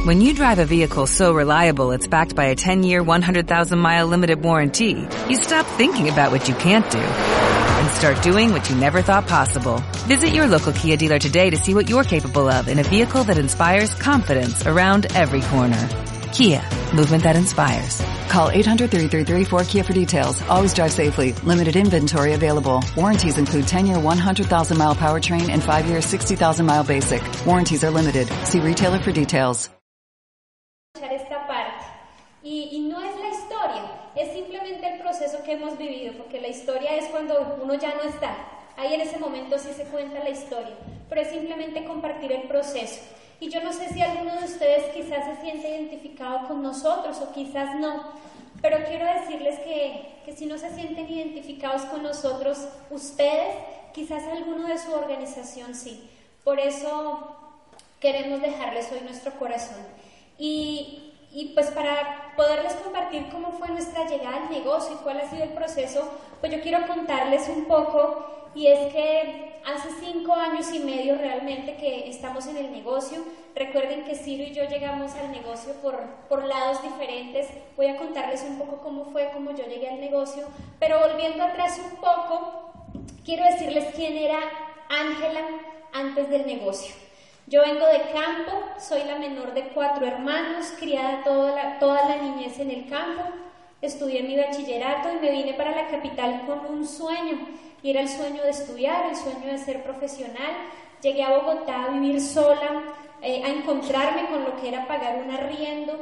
When you drive a vehicle so reliable it's backed by a 10-year, 100,000-mile limited warranty, you stop thinking about what you can't do and start doing what you never thought possible. Visit your local Kia dealer today to see what you're capable of in a vehicle that inspires confidence around every corner. Kia, movement that inspires. Call 800-3334-KIA for details. Always drive safely. Limited inventory available. Warranties include 10-year 100,000-mile powertrain and 5-year 60,000-mile basic. Warranties are limited. See retailer for details. Esta parte. Y no es la historia, es simplemente el proceso que hemos vivido, porque la historia es cuando uno ya no está. Ahí en ese momento sí se cuenta la historia, pero es simplemente compartir el proceso. Y yo no sé si alguno de ustedes quizás se siente identificado con nosotros o quizás no, pero quiero decirles que si no se sienten identificados con nosotros, ustedes, quizás alguno de su organización sí. Por eso queremos dejarles hoy nuestro corazón. Y pues para poderles compartir cómo fue nuestra llegada al negocio y cuál ha sido el proceso, pues yo quiero contarles un poco, y es que hace 5 años y medio realmente que estamos en el negocio. Recuerden que Ciro y yo llegamos al negocio por lados diferentes. Voy a contarles un poco cómo yo llegué al negocio, pero volviendo atrás un poco, quiero decirles quién era Ángela antes del negocio. Yo vengo de campo, soy la menor de 4 hermanos, criada toda la niñez en el campo, estudié mi bachillerato y me vine para la capital con un sueño, y era el sueño de estudiar, el sueño de ser profesional. Llegué a Bogotá a vivir sola, a encontrarme con lo que era pagar un arriendo,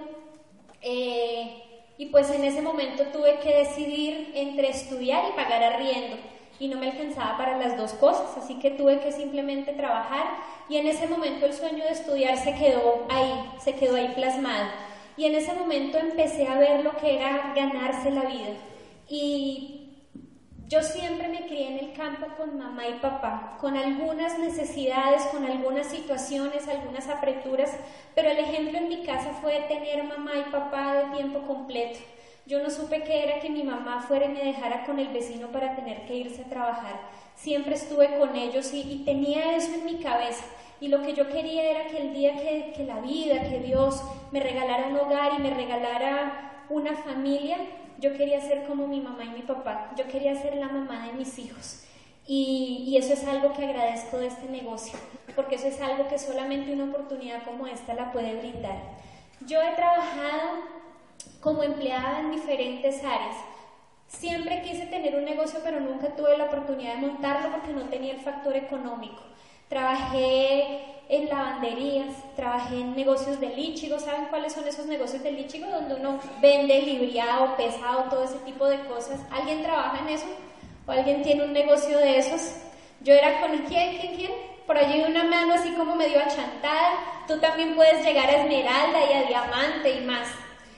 y pues en ese momento tuve que decidir entre estudiar y pagar arriendo. Y no me alcanzaba para las dos cosas, así que tuve que simplemente trabajar, y en ese momento el sueño de estudiar se quedó ahí plasmado, y en ese momento empecé a ver lo que era ganarse la vida. Y yo siempre me crié en el campo con mamá y papá, con algunas necesidades, con algunas situaciones, algunas apreturas, pero el ejemplo en mi casa fue tener mamá y papá de tiempo completo. Yo no supe qué era que mi mamá fuera y me dejara con el vecino para tener que irse a trabajar. Siempre estuve con ellos y tenía eso en mi cabeza. Y lo que yo quería era que el día que la vida, que Dios me regalara un hogar y me regalara una familia, yo quería ser como mi mamá y mi papá. Yo quería ser la mamá de mis hijos. Y eso es algo que agradezco de este negocio, porque eso es algo que solamente una oportunidad como esta la puede brindar. Yo he trabajado como empleada en diferentes áreas. Siempre quise tener un negocio, pero nunca tuve la oportunidad de montarlo porque no tenía el factor económico. Trabajé en lavanderías, trabajé en negocios de lichigo. ¿Saben cuáles son esos negocios de lichigo? Donde uno vende libriado, pesado, todo ese tipo de cosas. ¿Alguien trabaja en eso? ¿O alguien tiene un negocio de esos? Yo era con ¿quién? Por allí una mano así como medio achantada. Tú también puedes llegar a esmeralda y a diamante y más.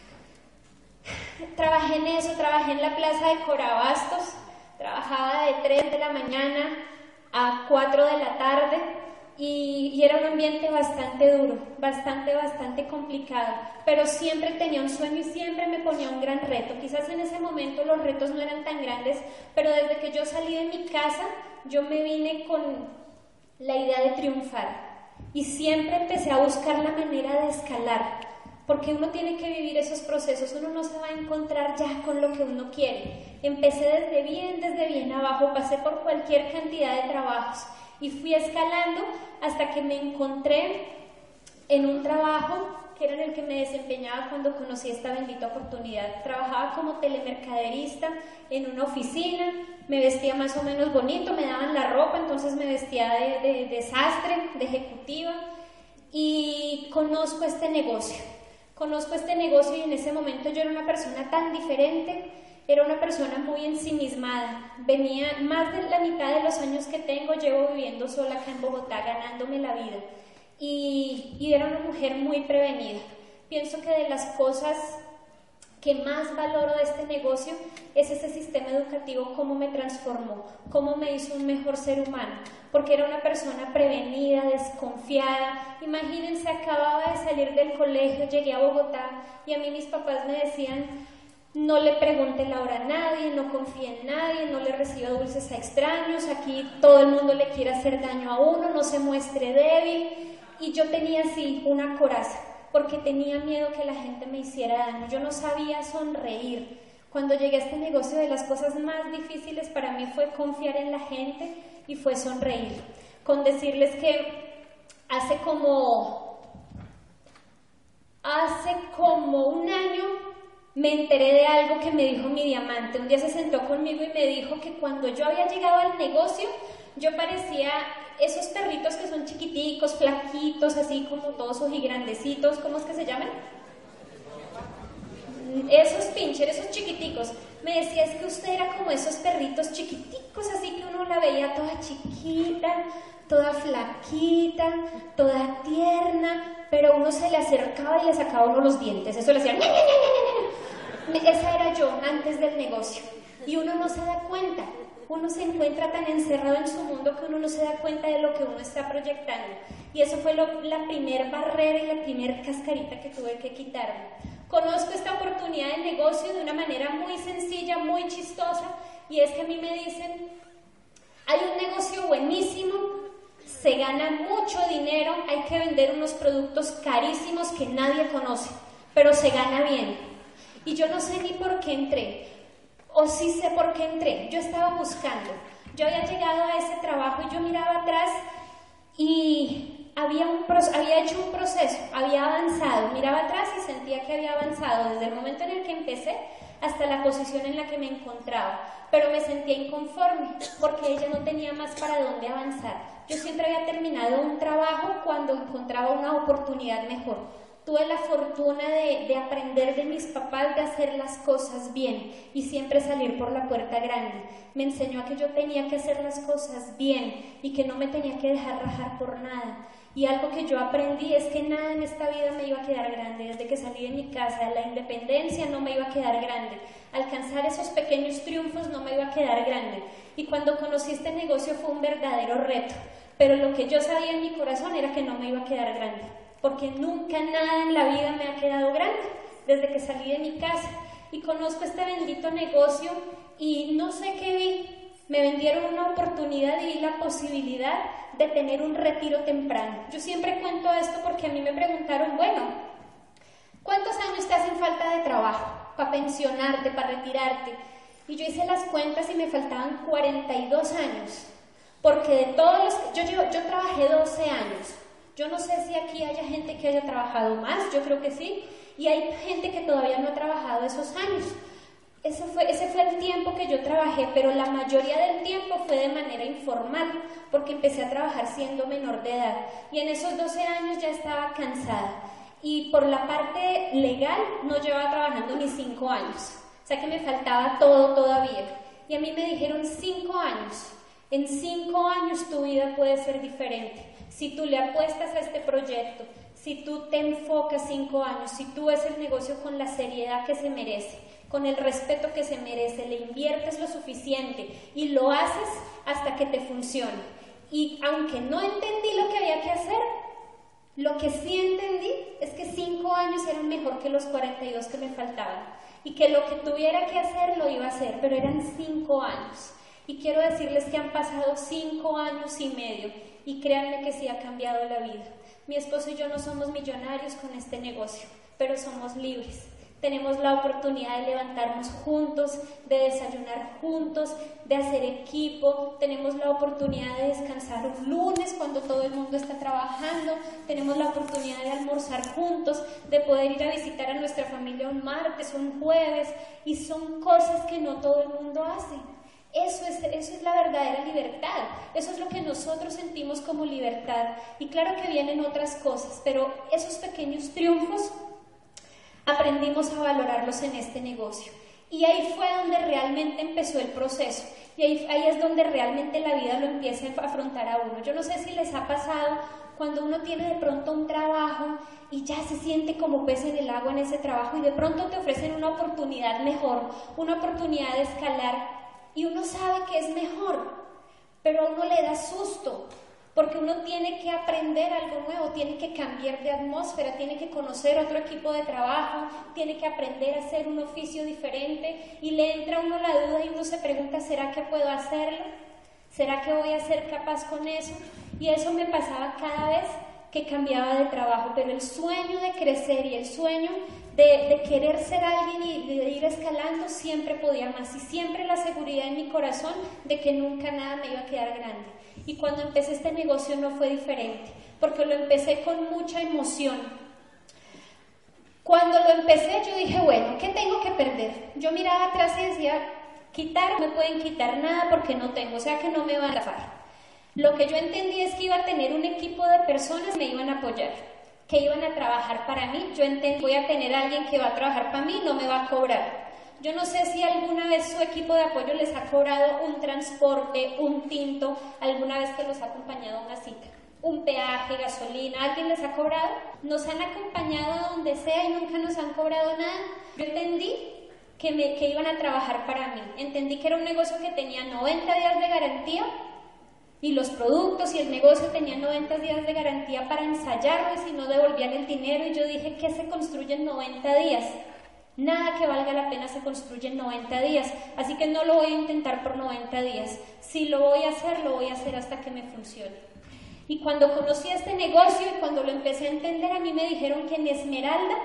Trabajé en eso, trabajé en la plaza de Corabastos, trabajaba de 3 de la mañana a 4 de la tarde y era un ambiente bastante duro, bastante complicado, pero siempre tenía un sueño y siempre me ponía un gran reto. Quizás en ese momento los retos no eran tan grandes, pero desde que yo salí de mi casa, yo me vine con la idea de triunfar y siempre empecé a buscar la manera de escalar. Porque uno tiene que vivir esos procesos, uno no se va a encontrar ya con lo que uno quiere. Empecé desde bien abajo, pasé por cualquier cantidad de trabajos y fui escalando hasta que me encontré en un trabajo que era en el que me desempeñaba cuando conocí esta bendita oportunidad. Trabajaba como telemercaderista en una oficina, me vestía más o menos bonito, me daban la ropa, entonces me vestía de sastre, de ejecutiva, y conozco este negocio y en ese momento yo era una persona tan diferente, era una persona muy ensimismada. Venía más de la mitad de los años que tengo, llevo viviendo sola acá en Bogotá, ganándome la vida, y era una mujer muy prevenida. Pienso que de las cosas que más valoro de este negocio es ese sistema educativo, cómo me transformó, cómo me hizo un mejor ser humano, porque era una persona prevenida, desconfiada. Imagínense, acababa de salir del colegio, llegué a Bogotá y a mí mis papás me decían: no le pregunte la hora a nadie, no confíe en nadie, no le reciba dulces a extraños, aquí todo el mundo le quiere hacer daño a uno, no se muestre débil. Y yo tenía así una coraza. porque tenía miedo que la gente me hiciera daño. Yo no sabía sonreír. Cuando llegué a este negocio, de las cosas más difíciles para mí fue confiar en la gente y fue sonreír. Con decirles que hace como un año me enteré de algo que me dijo mi diamante. Un día se sentó conmigo y me dijo que cuando yo había llegado al negocio, yo parecía esos perritos que son chiquiticos, flaquitos, así como todos ojigrandecitos, ¿cómo es que se llaman? Esos pincher, esos chiquiticos. Me decía, es que usted era como esos perritos chiquiticos, así que uno la veía toda chiquita, toda flaquita, toda tierna, pero uno se le acercaba y le sacaba uno los dientes. Eso le hacía... Esa era yo antes del negocio. Y uno no se da cuenta. Uno se encuentra tan encerrado en su mundo que uno no se da cuenta de lo que uno está proyectando. Y eso fue la primer barrera y la primer cascarita que tuve que quitarme. Conozco esta oportunidad de negocio de una manera muy sencilla, muy chistosa, y es que a mí me dicen, hay un negocio buenísimo, se gana mucho dinero, hay que vender unos productos carísimos que nadie conoce, pero se gana bien. Y yo no sé ni por qué entré, o sí sé por qué entré. Yo estaba buscando, yo había llegado a ese trabajo y yo miraba atrás y había hecho un proceso, había avanzado, miraba atrás y sentía que había avanzado desde el momento en el que empecé hasta la posición en la que me encontraba, pero me sentía inconforme porque ella no tenía más para dónde avanzar. Yo siempre había terminado un trabajo cuando encontraba una oportunidad mejor. Tuve la fortuna de aprender de mis papás de hacer las cosas bien y siempre salir por la puerta grande. Me enseñó a que yo tenía que hacer las cosas bien y que no me tenía que dejar rajar por nada. Y algo que yo aprendí es que nada en esta vida me iba a quedar grande. Desde que salí de mi casa, la independencia no me iba a quedar grande. Alcanzar esos pequeños triunfos no me iba a quedar grande. Y cuando conocí este negocio fue un verdadero reto. Pero lo que yo sabía en mi corazón era que no me iba a quedar grande. Porque nunca nada en la vida me ha quedado grande desde que salí de mi casa. Y conozco este bendito negocio y no sé qué vi. Me vendieron una oportunidad y vi la posibilidad de tener un retiro temprano. Yo siempre cuento esto porque a mí me preguntaron, bueno, ¿cuántos años te hacen falta de trabajo para pensionarte, para retirarte? Y yo hice las cuentas y me faltaban 42 años. Porque de todos los... Yo trabajé 12 años. Yo no sé si aquí haya gente que haya trabajado más, yo creo que sí. Y hay gente que todavía no ha trabajado esos años. Ese fue el tiempo que yo trabajé, pero la mayoría del tiempo fue de manera informal, porque empecé a trabajar siendo menor de edad. Y en esos 12 años ya estaba cansada. Y por la parte legal no llevaba trabajando ni 5 años. O sea que me faltaba todo todavía. Y a mí me dijeron 5 años. En 5 años tu vida puede ser diferente. Si tú le apuestas a este proyecto, si tú te enfocas 5 años, si tú ves el negocio con la seriedad que se merece, con el respeto que se merece, le inviertes lo suficiente y lo haces hasta que te funcione. Y aunque no entendí lo que había que hacer, lo que sí entendí es que 5 años eran mejor que los 42 que me faltaban y que lo que tuviera que hacer lo iba a hacer, pero eran 5 años. Y quiero decirles que han pasado 5 años y medio y créanme que sí ha cambiado la vida. Mi esposo y yo no somos millonarios con este negocio, pero somos libres. Tenemos la oportunidad de levantarnos juntos, de desayunar juntos, de hacer equipo. Tenemos la oportunidad de descansar un lunes cuando todo el mundo está trabajando. Tenemos la oportunidad de almorzar juntos, de poder ir a visitar a nuestra familia un martes o un jueves. Y son cosas que no todo el mundo hace. Eso es la verdadera libertad. Eso es lo que nosotros sentimos como libertad. Y claro que vienen otras cosas, pero esos pequeños triunfos aprendimos a valorarlos en este negocio. Y ahí fue donde realmente empezó el proceso. Y ahí es donde realmente la vida lo empieza a afrontar a uno. Yo no sé si les ha pasado cuando uno tiene de pronto un trabajo y ya se siente como pez en el agua en ese trabajo y de pronto te ofrecen una oportunidad mejor, una oportunidad de escalar y uno sabe que es mejor, pero a uno le da susto. Porque uno tiene que aprender algo nuevo, tiene que cambiar de atmósfera, tiene que conocer otro equipo de trabajo, tiene que aprender a hacer un oficio diferente y le entra a uno la duda y uno se pregunta, ¿será que puedo hacerlo? ¿Será que voy a ser capaz con eso? Y eso me pasaba cada vez que cambiaba de trabajo, pero el sueño de crecer y el sueño de querer ser alguien y de ir escalando siempre podía más, y siempre la seguridad en mi corazón de que nunca nada me iba a quedar grande. Y cuando empecé este negocio no fue diferente, porque lo empecé con mucha emoción. Cuando lo empecé yo dije, bueno, ¿qué tengo que perder? Yo miraba atrás y decía, quitar, no me pueden quitar nada porque no tengo, o sea que no me van a estafar. Lo que yo entendí es que iba a tener un equipo de personas que me iban a apoyar, que iban a trabajar para mí. Yo entendí, voy a tener a alguien que va a trabajar para mí, no me va a cobrar. Yo no sé si alguna vez su equipo de apoyo les ha cobrado un transporte, un tinto, alguna vez que los ha acompañado a una cita, un peaje, gasolina, ¿alguien les ha cobrado? Nos han acompañado a donde sea y nunca nos han cobrado nada. Yo entendí que iban a trabajar para mí, entendí que era un negocio que tenía 90 días de garantía, y los productos y el negocio tenían 90 días de garantía para ensayarlo y si no devolvían el dinero. Y yo dije, ¿qué se construye en 90 días? Nada que valga la pena se construye en 90 días, así que no lo voy a intentar por 90 días. Si lo voy a hacer hasta que me funcione. Y cuando conocí este negocio y cuando lo empecé a entender, a mí me dijeron que en Esmeralda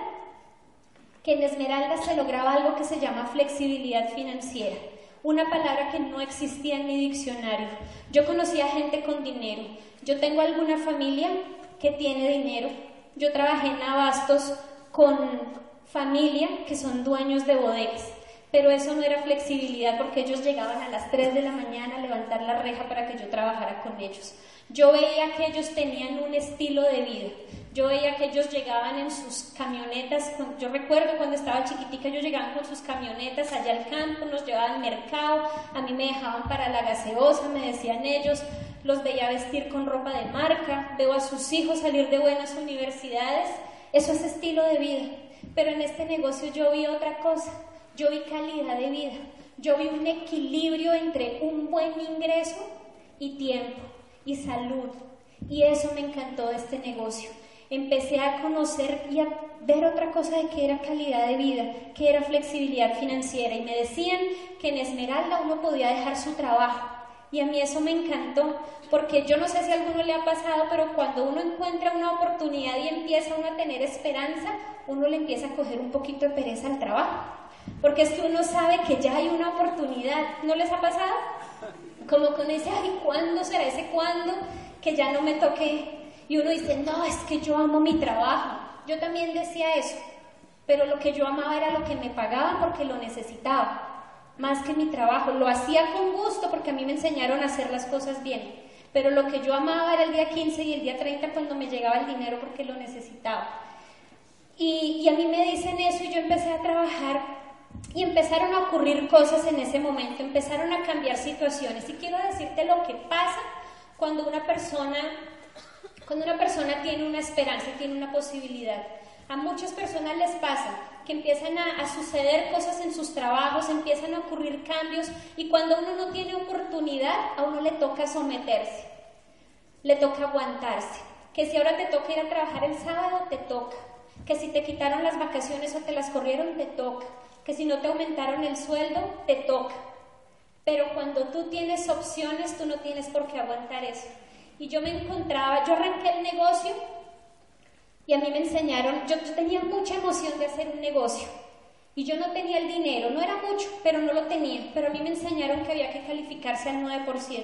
se lograba algo que se llama flexibilidad financiera. Una palabra que no existía en mi diccionario. Yo conocía gente con dinero. Yo tengo alguna familia que tiene dinero. Yo trabajé en abastos con familia que son dueños de bodegas. Pero eso no era flexibilidad porque ellos llegaban a las 3 de la mañana a levantar la reja para que yo trabajara con ellos. Yo veía que ellos tenían un estilo de vida. Yo veía que ellos llegaban en sus camionetas. Yo recuerdo cuando estaba chiquitica, ellos llegaban con sus camionetas allá al campo, nos llevaban al mercado, a mí me dejaban para la gaseosa, me decían ellos, los veía vestir con ropa de marca, veo a sus hijos salir de buenas universidades. Eso es estilo de vida. Pero en este negocio yo vi otra cosa, yo vi calidad de vida, yo vi un equilibrio entre un buen ingreso y tiempo y salud, y eso me encantó de este negocio. Empecé a conocer y a ver otra cosa de que era calidad de vida, que era flexibilidad financiera, y me decían que en Esmeralda uno podía dejar su trabajo, y a mí eso me encantó, porque yo no sé si a alguno le ha pasado, pero cuando uno encuentra una oportunidad y empieza uno a tener esperanza, uno le empieza a coger un poquito de pereza al trabajo, porque es que uno sabe que ya hay una oportunidad. ¿No les ha pasado? Como con ese, ay, ¿cuándo será ese cuándo? Que ya no me toque. Y uno dice, no, es que yo amo mi trabajo. Yo también decía eso, pero lo que yo amaba era lo que me pagaban porque lo necesitaba, más que mi trabajo. Lo hacía con gusto porque a mí me enseñaron a hacer las cosas bien, pero lo que yo amaba era el día 15 y el día 30 cuando me llegaba el dinero porque lo necesitaba. Y a mí me dicen eso y yo empecé a trabajar y empezaron a ocurrir cosas en ese momento, empezaron a cambiar situaciones. Y quiero decirte lo que pasa cuando una persona tiene una esperanza, tiene una posibilidad. A muchas personas les pasa que empiezan a suceder cosas en sus trabajos, empiezan a ocurrir cambios, y cuando uno no tiene oportunidad, a uno le toca someterse, le toca aguantarse. Que si ahora te toca ir a trabajar el sábado, te toca. Que si te quitaron las vacaciones o te las corrieron, te toca. Que si no te aumentaron el sueldo, te toca. Pero cuando tú tienes opciones, tú no tienes por qué aguantar eso. Y yo arranqué el negocio y a mí me enseñaron, yo tenía mucha emoción de hacer un negocio y yo no tenía el dinero, no era mucho, pero no lo tenía, pero a mí me enseñaron que había que calificarse al 9%.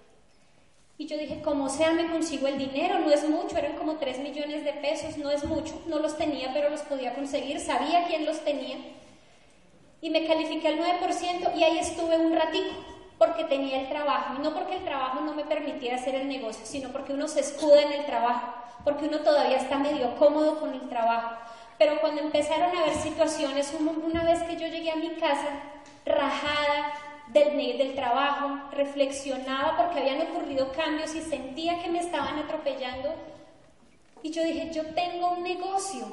Y yo dije, como sea me consigo el dinero, no es mucho, eran como 3 millones de pesos, no es mucho, no los tenía, pero los podía conseguir, sabía quién los tenía. Y me califiqué al 9% y ahí estuve un ratico, porque tenía el trabajo, y no porque el trabajo no me permitiera hacer el negocio, sino porque uno se escuda en el trabajo, porque uno todavía está medio cómodo con el trabajo. Pero cuando empezaron a haber situaciones, una vez que yo llegué a mi casa rajada del trabajo, reflexionaba porque habían ocurrido cambios y sentía que me estaban atropellando, y yo dije, yo tengo un negocio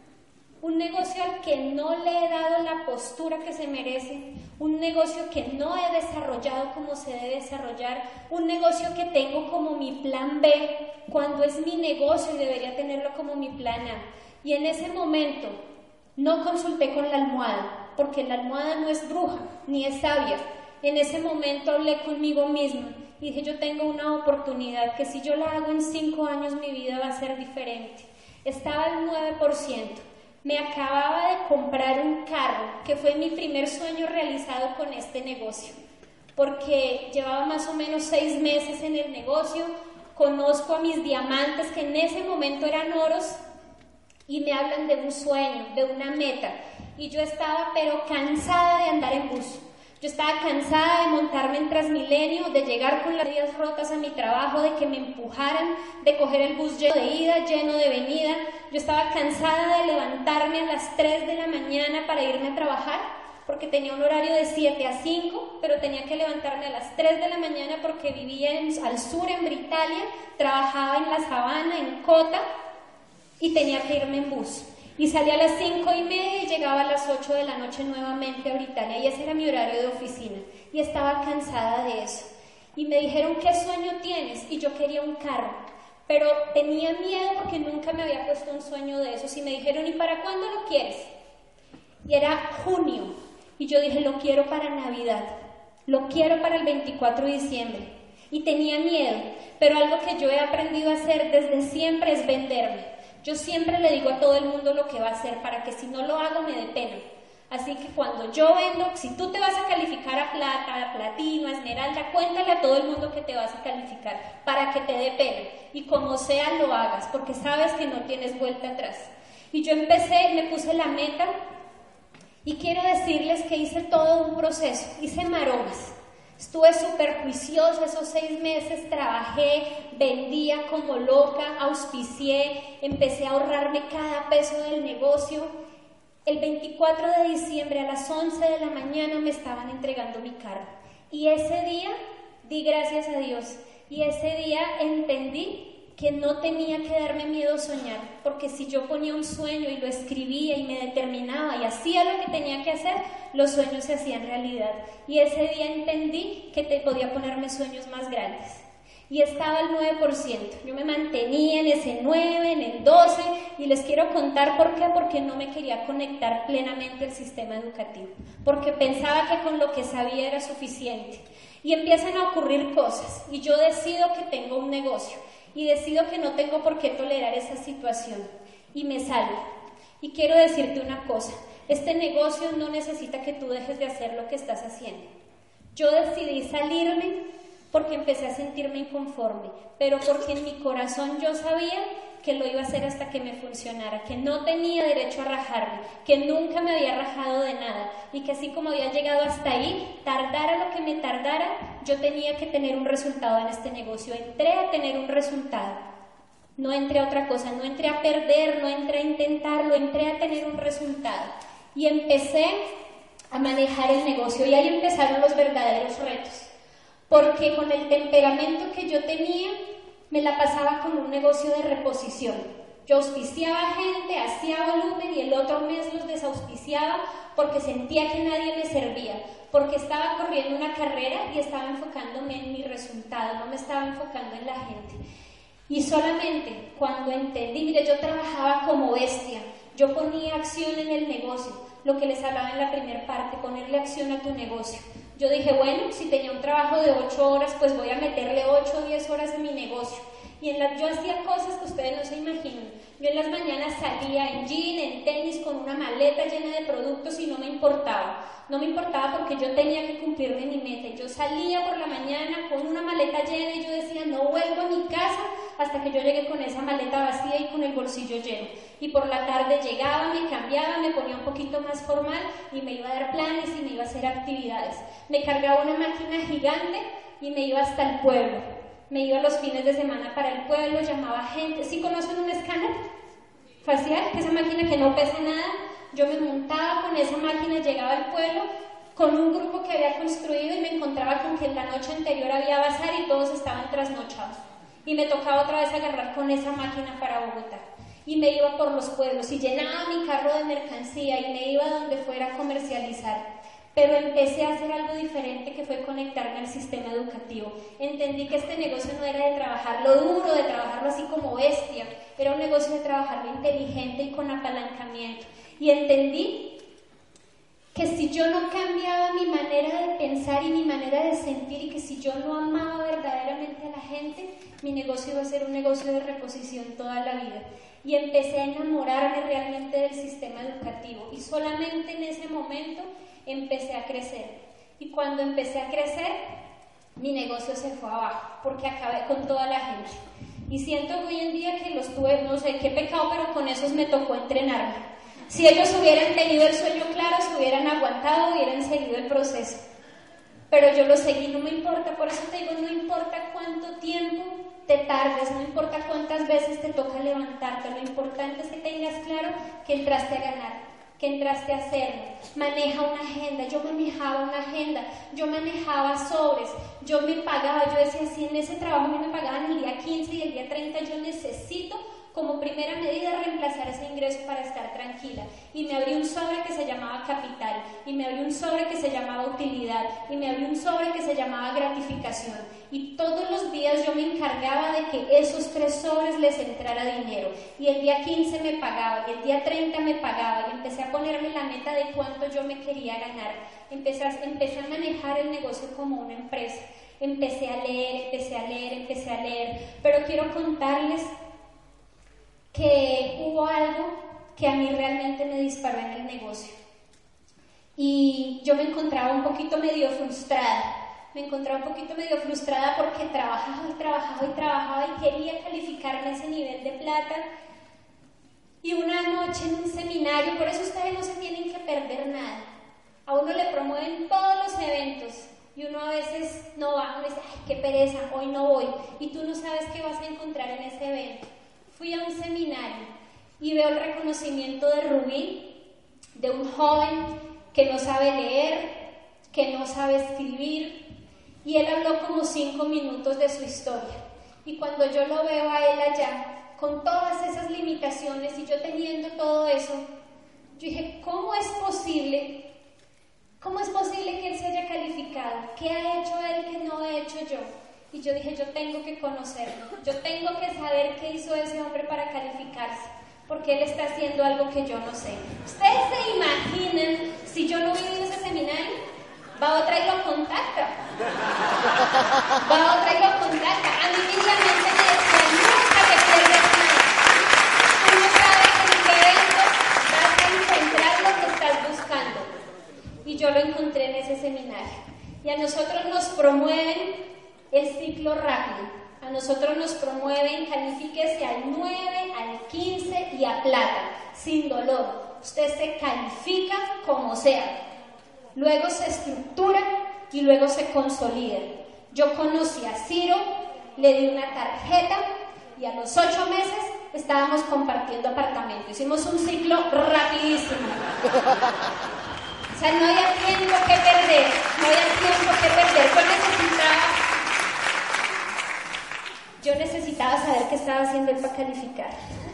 al que no le he dado la postura que se merece, un negocio que no he desarrollado como se debe desarrollar, un negocio que tengo como mi plan B, cuando es mi negocio y debería tenerlo como mi plan A. Y en ese momento no consulté con la almohada, porque la almohada no es bruja, ni es sabia. En ese momento hablé conmigo misma y dije, yo tengo una oportunidad que si yo la hago en 5 años mi vida va a ser diferente. Estaba al 9%. Me acababa de comprar un carro, que fue mi primer sueño realizado con este negocio, porque llevaba más o menos 6 meses en el negocio, conozco a mis diamantes que en ese momento eran oros y me hablan de un sueño, de una meta, y yo estaba pero cansada de andar en bus. Yo estaba cansada de montarme en Transmilenio, de llegar con las rodillas rotas a mi trabajo, de que me empujaran, de coger el bus lleno de ida, lleno de venida. Yo estaba cansada de levantarme a las 3 de la mañana para irme a trabajar, porque tenía un horario de 7 a 5, pero tenía que levantarme a las 3 de la mañana porque vivía al sur, en Britalia, trabajaba en La Sabana, en Cota, y tenía que irme en bus. Y salía a las 5:30 y llegaba a las 8 de la noche nuevamente a Britalia, y ese era mi horario de oficina, y estaba cansada de eso. Y me dijeron, ¿qué sueño tienes? Y yo quería un carro, pero tenía miedo porque nunca me había puesto un sueño de esos, y me dijeron, ¿y para cuándo lo quieres? Y era junio, y yo dije, lo quiero para Navidad, lo quiero para el 24 de diciembre, y tenía miedo, pero algo que yo he aprendido a hacer desde siempre es venderme. Yo siempre le digo a todo el mundo lo que va a hacer para que si no lo hago me dé pena. Así que cuando yo vendo, si tú te vas a calificar a plata, a platino, a esmeralda, cuéntale a todo el mundo que te vas a calificar para que te dé pena. Y como sea lo hagas, porque sabes que no tienes vuelta atrás. Y yo empecé, me puse la meta y quiero decirles que hice todo un proceso, hice maromas. Estuve súper juiciosa esos 6 meses, trabajé, vendía como loca, auspicié, empecé a ahorrarme cada peso del negocio. El 24 de diciembre a las 11 de la mañana me estaban entregando mi carro. Y ese día di gracias a Dios. Y ese día entendí que no tenía que darme miedo soñar, porque si yo ponía un sueño y lo escribía y me determinaba y hacía lo que tenía que hacer, los sueños se hacían realidad. Y ese día entendí que te podía ponerme sueños más grandes. Y estaba al 9%. Yo me mantenía en ese 9, en el 12, y les quiero contar por qué, porque no me quería conectar plenamente al sistema educativo, porque pensaba que con lo que sabía era suficiente. Y empiezan a ocurrir cosas, y yo decido que tengo un negocio, y decido que no tengo por qué tolerar esa situación, y me salgo. Y quiero decirte una cosa, este negocio no necesita que tú dejes de hacer lo que estás haciendo. Yo decidí salirme porque empecé a sentirme inconforme, pero porque en mi corazón yo sabía que lo iba a hacer hasta que me funcionara, que no tenía derecho a rajarme, que nunca me había rajado de nada, y que así como había llegado hasta ahí, tardara lo que me tardara, yo tenía que tener un resultado en este negocio. Entré a tener un resultado, no entré a otra cosa, no entré a perder, no entré a intentarlo, entré a tener un resultado. Y empecé a manejar el negocio, y ahí empezaron los verdaderos retos, porque con el temperamento que yo tenía, me la pasaba con un negocio de reposición. Yo auspiciaba gente, hacía volumen y el otro mes los desauspiciaba porque sentía que nadie me servía, porque estaba corriendo una carrera y estaba enfocándome en mi resultado, no me estaba enfocando en la gente. Y solamente cuando entendí, mire, yo trabajaba como bestia, yo ponía acción en el negocio, lo que les hablaba en la primera parte, ponerle acción a tu negocio. Yo dije, bueno, si tenía un trabajo de 8 horas, pues voy a meterle 8 o 10 horas en mi negocio. Y yo hacía cosas que ustedes no se imaginan. Yo en las mañanas salía en jean, en tenis, con una maleta llena de productos y no me importaba. No me importaba porque yo tenía que cumplir de mi meta. Yo salía por la mañana con una maleta llena y yo decía, no vuelvo a mi casa hasta que yo llegue con esa maleta vacía y con el bolsillo lleno. Y por la tarde llegaba, me cambiaba, me ponía un poquito más formal y me iba a dar planes y me iba a hacer actividades. Me cargaba una máquina gigante y me iba hasta el pueblo. Me iba los fines de semana para el pueblo, llamaba gente. ¿Sí conocen un escáner facial? Esa máquina que no pesa nada. Yo me montaba con esa máquina, llegaba al pueblo con un grupo que había construido y me encontraba con que la noche anterior había bazar y todos estaban trasnochados. Y me tocaba otra vez agarrar con esa máquina para Bogotá. Y me iba por los pueblos y llenaba mi carro de mercancía y me iba donde fuera a comercializar. Pero empecé a hacer algo diferente, que fue conectarme al sistema educativo. Entendí que este negocio no era de trabajarlo duro, de trabajarlo así como bestia, era un negocio de trabajarlo inteligente y con apalancamiento. Y entendí que si yo no cambiaba mi manera de pensar y mi manera de sentir, y que si yo no amaba verdaderamente a la gente, mi negocio iba a ser un negocio de reposición toda la vida. Y empecé a enamorarme realmente del sistema educativo, y solamente en ese momento empecé a crecer. Y cuando empecé a crecer, mi negocio se fue abajo, porque acabé con toda la gente. Y siento hoy en día que los tuve, no sé qué pecado, pero con esos me tocó entrenarme. Si ellos hubieran tenido el sueño claro, se hubieran aguantado, hubieran seguido el proceso. Pero yo lo seguí, no me importa, por eso te digo, no importa cuánto tiempo te tardes, no importa cuántas veces te toca levantarte, lo importante es que tengas claro que entraste a ganar, que entraste a hacerlo. Maneja una agenda. Yo manejaba una agenda, yo manejaba sobres, yo me pagaba, yo decía, si en ese trabajo a mí me pagaban el día 15 y el día 30, yo necesito como primera medida reemplazar ese ingreso para estar tranquila. Y me abrí un sobre que se llamaba capital, y me abrí un sobre que se llamaba utilidad, y me abrí un sobre que se llamaba gratificación. Y todos los días yo me encargaba de que esos 3 sobres les entrara dinero. Y el día 15 me pagaba, y el día 30 me pagaba, y empecé a ponerme la meta de cuánto yo me quería ganar. Empecé a manejar el negocio como una empresa. Empecé a leer, pero quiero contarles que hubo algo que a mí realmente me disparó en el negocio. Y yo me encontraba un poquito medio frustrada. Porque trabajaba y quería calificarme a ese nivel de plata. Y una noche en un seminario, por eso ustedes no se tienen que perder nada. A uno le promueven todos los eventos y uno a veces no va, uno dice, ay, qué pereza, hoy no voy. Y tú no sabes qué vas a encontrar en ese evento. Fui a un seminario y veo el reconocimiento de Rubí, de un joven que no sabe leer, que no sabe escribir, y él habló como 5 minutos de su historia. Y cuando yo lo veo a él allá, con todas esas limitaciones y yo teniendo todo eso, yo dije, ¿cómo es posible que él se haya calificado? ¿Qué ha hecho él que no he hecho yo? Y yo dije, yo tengo que conocerlo, yo tengo que saber qué hizo ese hombre para calificarse, porque él está haciendo algo que yo no sé. ¿Ustedes se imaginan si yo no hubiera ido a ese seminario? Va otra y lo contacta. A mí inmediatamente me decía, nunca te pierdas nada. Tú no sabes en qué evento vas a encontrar lo que estás buscando. Y yo lo encontré en ese seminario. Y a nosotros nos promueven el ciclo rápido. A nosotros nos promueven, califíquese al 9, al 15 y a plata, sin dolor. Usted se califica como sea. Luego se estructura y luego se consolida. Yo conocí a Ciro, le di una tarjeta y a los 8 meses estábamos compartiendo apartamento. Hicimos un ciclo rapidísimo. O sea, no había tiempo que perder. Yo necesitaba saber qué estaba haciendo él para calificar.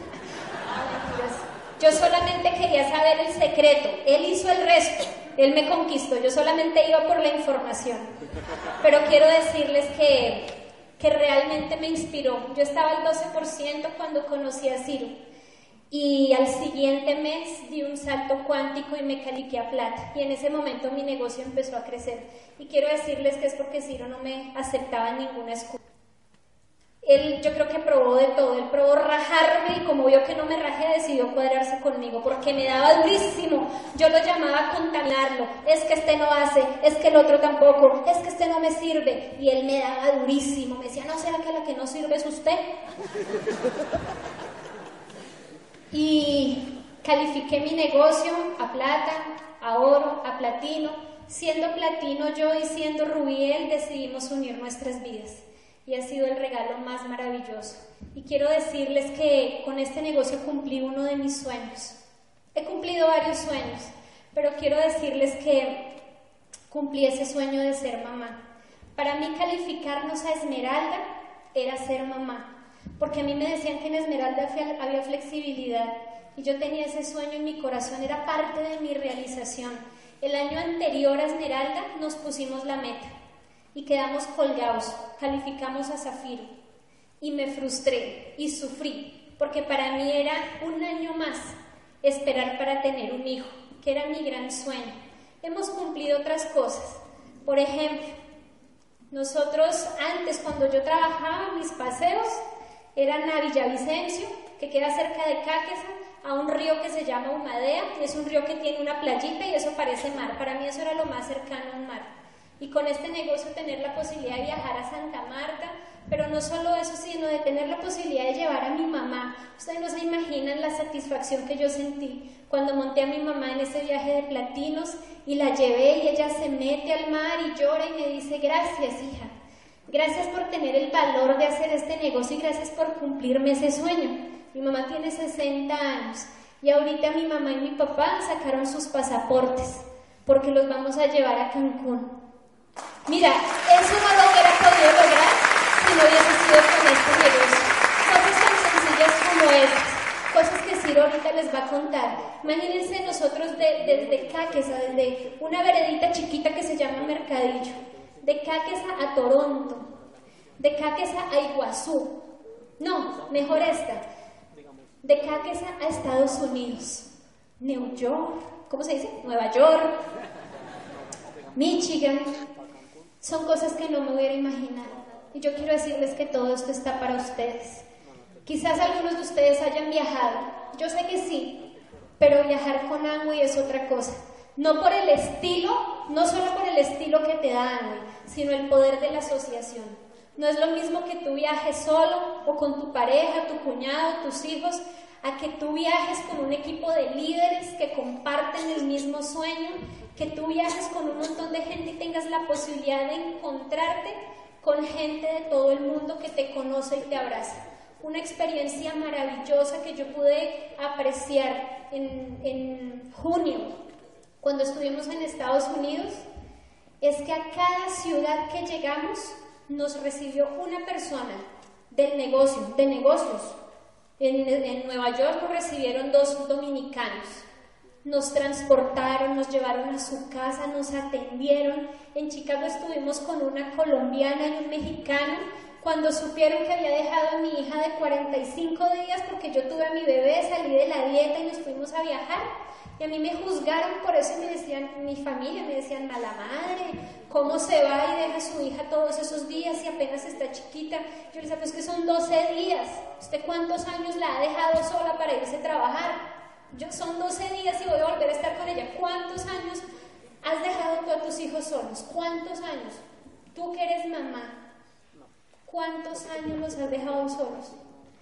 Yo solamente quería saber el secreto. Él hizo el resto. Él me conquistó. Yo solamente iba por la información. Pero quiero decirles que realmente me inspiró. Yo estaba al 12% cuando conocí a Ciro. Y al siguiente mes di un salto cuántico y me califiqué a plata. Y en ese momento mi negocio empezó a crecer. Y quiero decirles que es porque Ciro no me aceptaba en ninguna excusa. Él, yo creo que probó de todo. Él probó rajarme y como vio que no me rajé, decidió cuadrarse conmigo porque me daba durísimo. Yo lo llamaba a contaminarlo. Es que este no hace, es que el otro tampoco, es que este no me sirve. Y él me daba durísimo. Me decía, ¿no será que la que no sirve es usted? Y califiqué mi negocio a plata, a oro, a platino. Siendo platino yo y siendo rubí él, decidimos unir nuestras vidas. Y ha sido el regalo más maravilloso. Y quiero decirles que con este negocio cumplí uno de mis sueños. He cumplido varios sueños, pero quiero decirles que cumplí ese sueño de ser mamá. Para mí calificarnos a Esmeralda era ser mamá. Porque a mí me decían que en Esmeralda había flexibilidad y yo tenía ese sueño en mi corazón, era parte de mi realización. El año anterior a Esmeralda nos pusimos la meta y quedamos colgados, calificamos a Zafiro y me frustré y sufrí porque para mí era un año más esperar para tener un hijo, que era mi gran sueño. hemos cumplido otras cosas. Por ejemplo, nosotros antes, cuando yo trabajaba, mis paseos eran a Villavicencio, que queda cerca de Cáqueza, a un río que se llama Humadea, que es un río que tiene una playita y eso parece mar. Para mí eso era lo más cercano a un mar. Y con este negocio tener la posibilidad de viajar a Santa Marta, pero no solo eso, sino de tener la posibilidad de llevar a mi mamá. Ustedes no se imaginan la satisfacción que yo sentí cuando monté a mi mamá en ese viaje de Platinos y la llevé y ella se mete al mar y llora y me dice: gracias, hija, gracias por tener el valor de hacer este negocio y gracias por cumplirme ese sueño. Mi mamá tiene 60 años y ahorita mi mamá y mi papá sacaron sus pasaportes porque los vamos a llevar a Cancún. Mira, eso no lo hubiera podido lograr si no hubiese sido con este negocio. Cosas tan sencillas como estas, cosas que Ciro ahorita les va a contar. Imagínense nosotros desde Cáqueza, desde una veredita chiquita que se llama Mercadillo, de Cáqueza a Toronto, de Cáqueza a Iguazú, no, mejor esta, de Cáqueza a Estados Unidos, New York, ¿cómo se dice? Nueva York, Michigan. Son cosas que no me hubiera imaginado. Y yo quiero decirles que todo esto está para ustedes. Quizás algunos de ustedes hayan viajado. Yo sé que sí, pero viajar con Amway es otra cosa. No por el estilo, no solo por el estilo que te da Amway, sino el poder de la asociación. No es lo mismo que tú viajes solo o con tu pareja, tu cuñado, tus hijos, a que tú viajes con un equipo de líderes que comparten el mismo sueño, que tú viajes con un montón de gente y tengas la posibilidad de encontrarte con gente de todo el mundo que te conoce y te abraza. Una experiencia maravillosa que yo pude apreciar en junio, cuando estuvimos en Estados Unidos, es que a cada ciudad que llegamos nos recibió una persona del negocio, de negocios. En Nueva York nos recibieron 2 dominicanos. Nos transportaron, nos llevaron a su casa, nos atendieron. En Chicago estuvimos con una colombiana y un mexicano. Cuando supieron que había dejado a mi hija de 45 días porque yo tuve a mi bebé, salí de la dieta y nos fuimos a viajar. Y a mí me juzgaron por eso y me decían, mi familia me decían, mala madre, ¿cómo se va y deja a su hija todos esos días y apenas está chiquita? Yo les decía, pues que son 12 días. ¿Usted cuántos años la ha dejado sola para irse a trabajar? Son 12 días y voy a volver a estar con ella. ¿Cuántos años has dejado tú a tus hijos solos? ¿Cuántos años? Tú que eres mamá, ¿cuántos años los has dejado solos?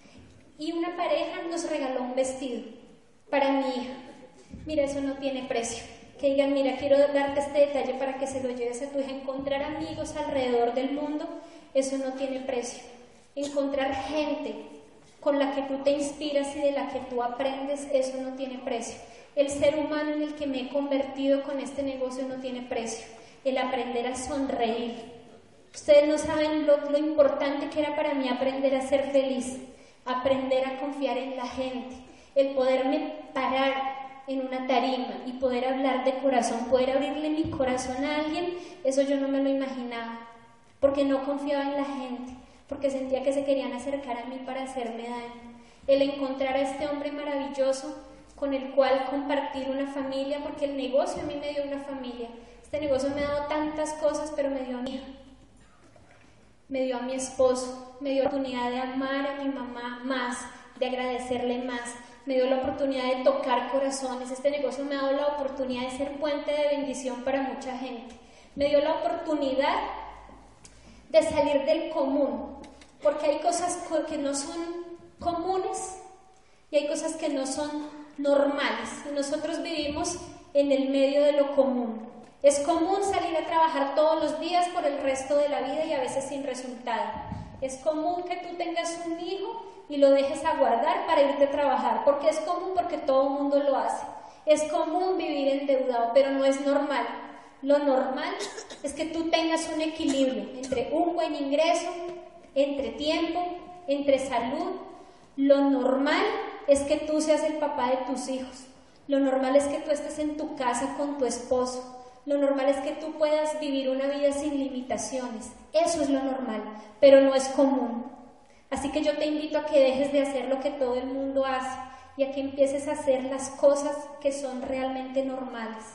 Y una pareja nos regaló un vestido para mi hija. Mira, eso no tiene precio. Que digan, mira, quiero darte este detalle para que se lo lleves a tu hija. Encontrar amigos alrededor del mundo, eso no tiene precio. Encontrar gente con la que tú te inspiras y de la que tú aprendes, eso no tiene precio. El ser humano en el que me he convertido con este negocio no tiene precio. El aprender a sonreír. Ustedes no saben lo importante que era para mí aprender a ser feliz, aprender a confiar en la gente, el poderme parar en una tarima y poder hablar de corazón, poder abrirle mi corazón a alguien, eso yo no me lo imaginaba, porque no confiaba en la gente, porque sentía que se querían acercar a mí para hacerme daño. El encontrar a este hombre maravilloso con el cual compartir una familia, porque el negocio a mí me dio una familia. Este negocio me ha dado tantas cosas, pero me dio a mi hija, me dio a mi esposo, me dio la oportunidad de amar a mi mamá más, de agradecerle más, me dio la oportunidad de tocar corazones. Este negocio me ha dado la oportunidad de ser puente de bendición para mucha gente. Me dio la oportunidad de salir del común, porque hay cosas que no son comunes y hay cosas que no son normales. Y nosotros vivimos en el medio de lo común. Es común salir a trabajar todos los días por el resto de la vida y a veces sin resultado. Es común que tú tengas un hijo y lo dejes a guardar para irte a trabajar, porque es común, porque todo el mundo lo hace. Es común vivir endeudado, pero no es normal. Lo normal es que tú tengas un equilibrio entre un buen ingreso, entre tiempo, entre salud. Lo normal es que tú seas el papá de tus hijos. Lo normal es que tú estés en tu casa con tu esposo. Lo normal es que tú puedas vivir una vida sin limitaciones. Eso es lo normal, pero no es común. Así que yo te invito a que dejes de hacer lo que todo el mundo hace y a que empieces a hacer las cosas que son realmente normales.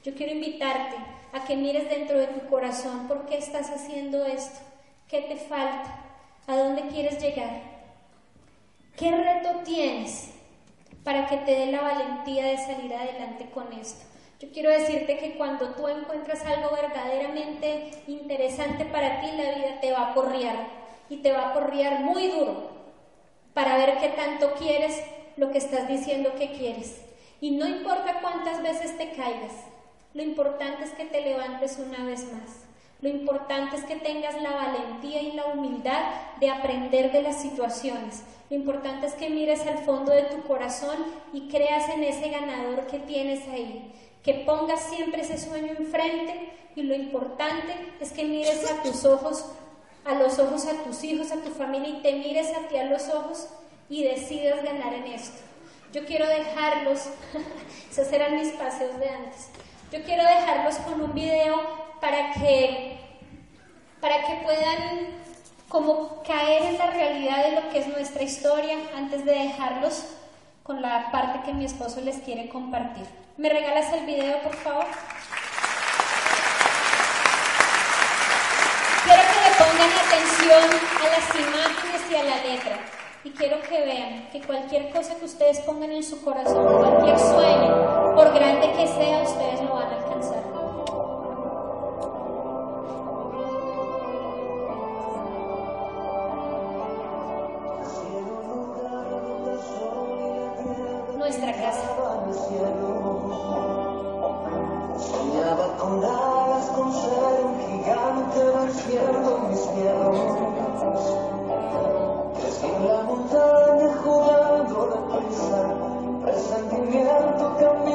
Yo quiero invitarte a que mires dentro de tu corazón por qué estás haciendo esto, qué te falta, a dónde quieres llegar, qué reto tienes para que te dé la valentía de salir adelante con esto. Yo quiero decirte que cuando tú encuentras algo verdaderamente interesante para ti, la vida te va a porrear, y te va a porrear muy duro para ver qué tanto quieres lo que estás diciendo que quieres. Y no importa cuántas veces te caigas, lo importante es que te levantes una vez más. Lo importante es que tengas la valentía y la humildad de aprender de las situaciones. Lo importante es que mires al fondo de tu corazón y creas en ese ganador que tienes ahí. Que pongas siempre ese sueño enfrente, y lo importante es que mires a tus ojos, a los ojos a tus hijos, a tu familia, y te mires a ti a los ojos y decidas ganar en esto. Yo quiero dejarlos, esos eran mis paseos de antes, yo quiero dejarlos con un video para que puedan como caer en la realidad de lo que es nuestra historia antes de dejarlos con la parte que mi esposo les quiere compartir. ¿Me regalas el video, por favor? Quiero que le pongan atención a las imágenes y a la letra. Y quiero que vean que cualquier cosa que ustedes pongan en su corazón, cualquier sueño, por grande que sea, ustedes lo van a alcanzar. Nuestra casa. Soñaba con alas, con ser un gigante venciendo mis miedos. Crecí en la montaña jugando deprisa, presentimiento que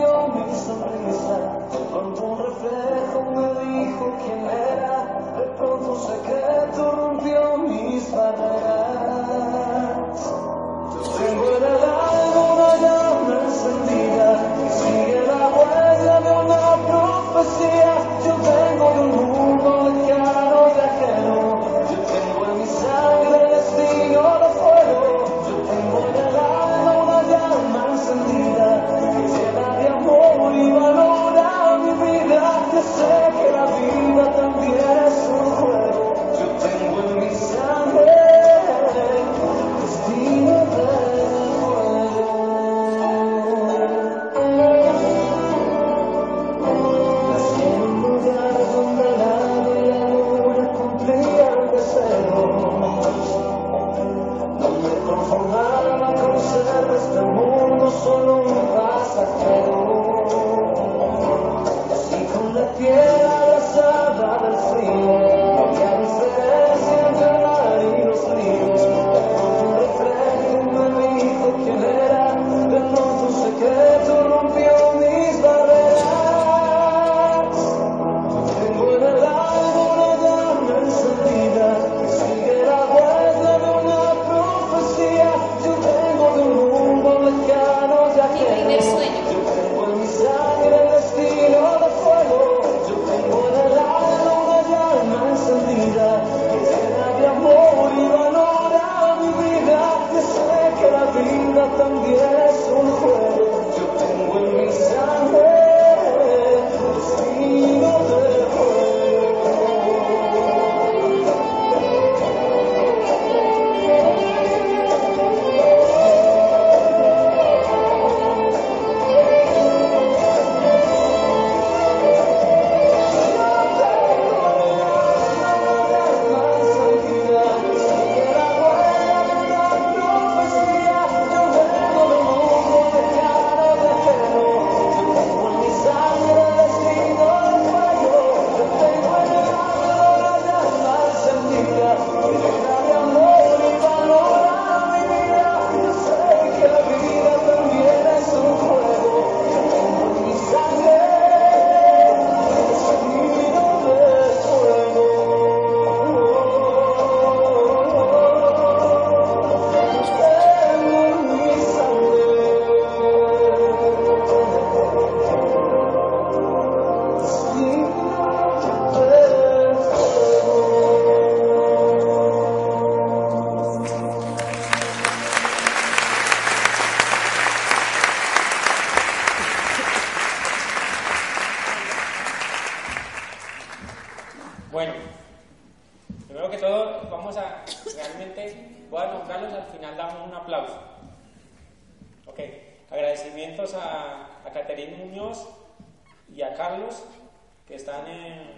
aplauso. Ok, agradecimientos a Caterine Muñoz y a Carlos, que están en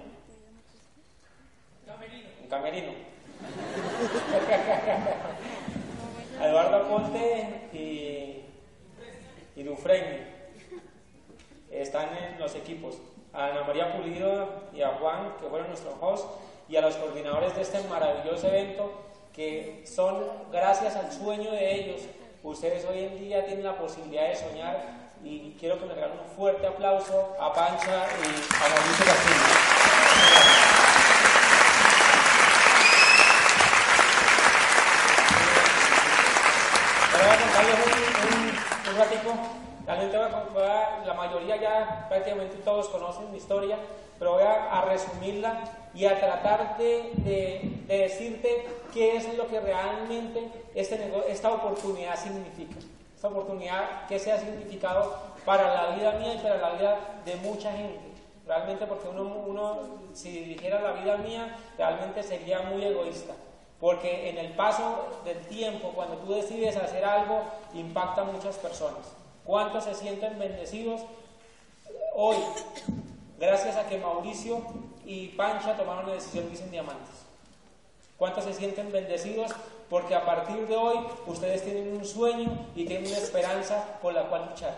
Camerino. A Eduardo Aponte y Dufresne están en los equipos. A Ana María Pulido y a Juan, que fueron nuestros hosts, y a los coordinadores de este maravilloso evento, que son, gracias al sueño de ellos, ustedes hoy en día tienen la posibilidad de soñar, y quiero que me regalen un fuerte aplauso a Pancha y a Mauricio Castillo. Voy a contarles un ratico. Realmente la mayoría ya prácticamente todos conocen mi historia, pero voy a resumirla y a tratar de decirte qué es lo que realmente esta oportunidad significa. Esta oportunidad, qué se ha significado para la vida mía y para la vida de mucha gente. Realmente, porque uno si dirigiera la vida mía, realmente sería muy egoísta. Porque en el paso del tiempo, cuando tú decides hacer algo, impacta a muchas personas. ¿Cuántos se sienten bendecidos hoy gracias a que Mauricio y Pancha tomaron la decisión de irse en Diamantes? ¿Cuántos se sienten bendecidos porque a partir de hoy ustedes tienen un sueño y tienen una esperanza por la cual luchar?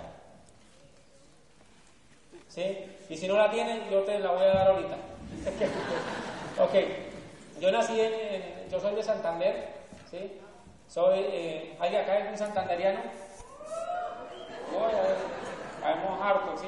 ¿Sí? Y si no la tienen, yo te la voy a dar ahorita. Ok, yo nací yo soy de Santander, ¿sí? ¿Hay acá un santanderiano? Vamos hartos, ¿sí?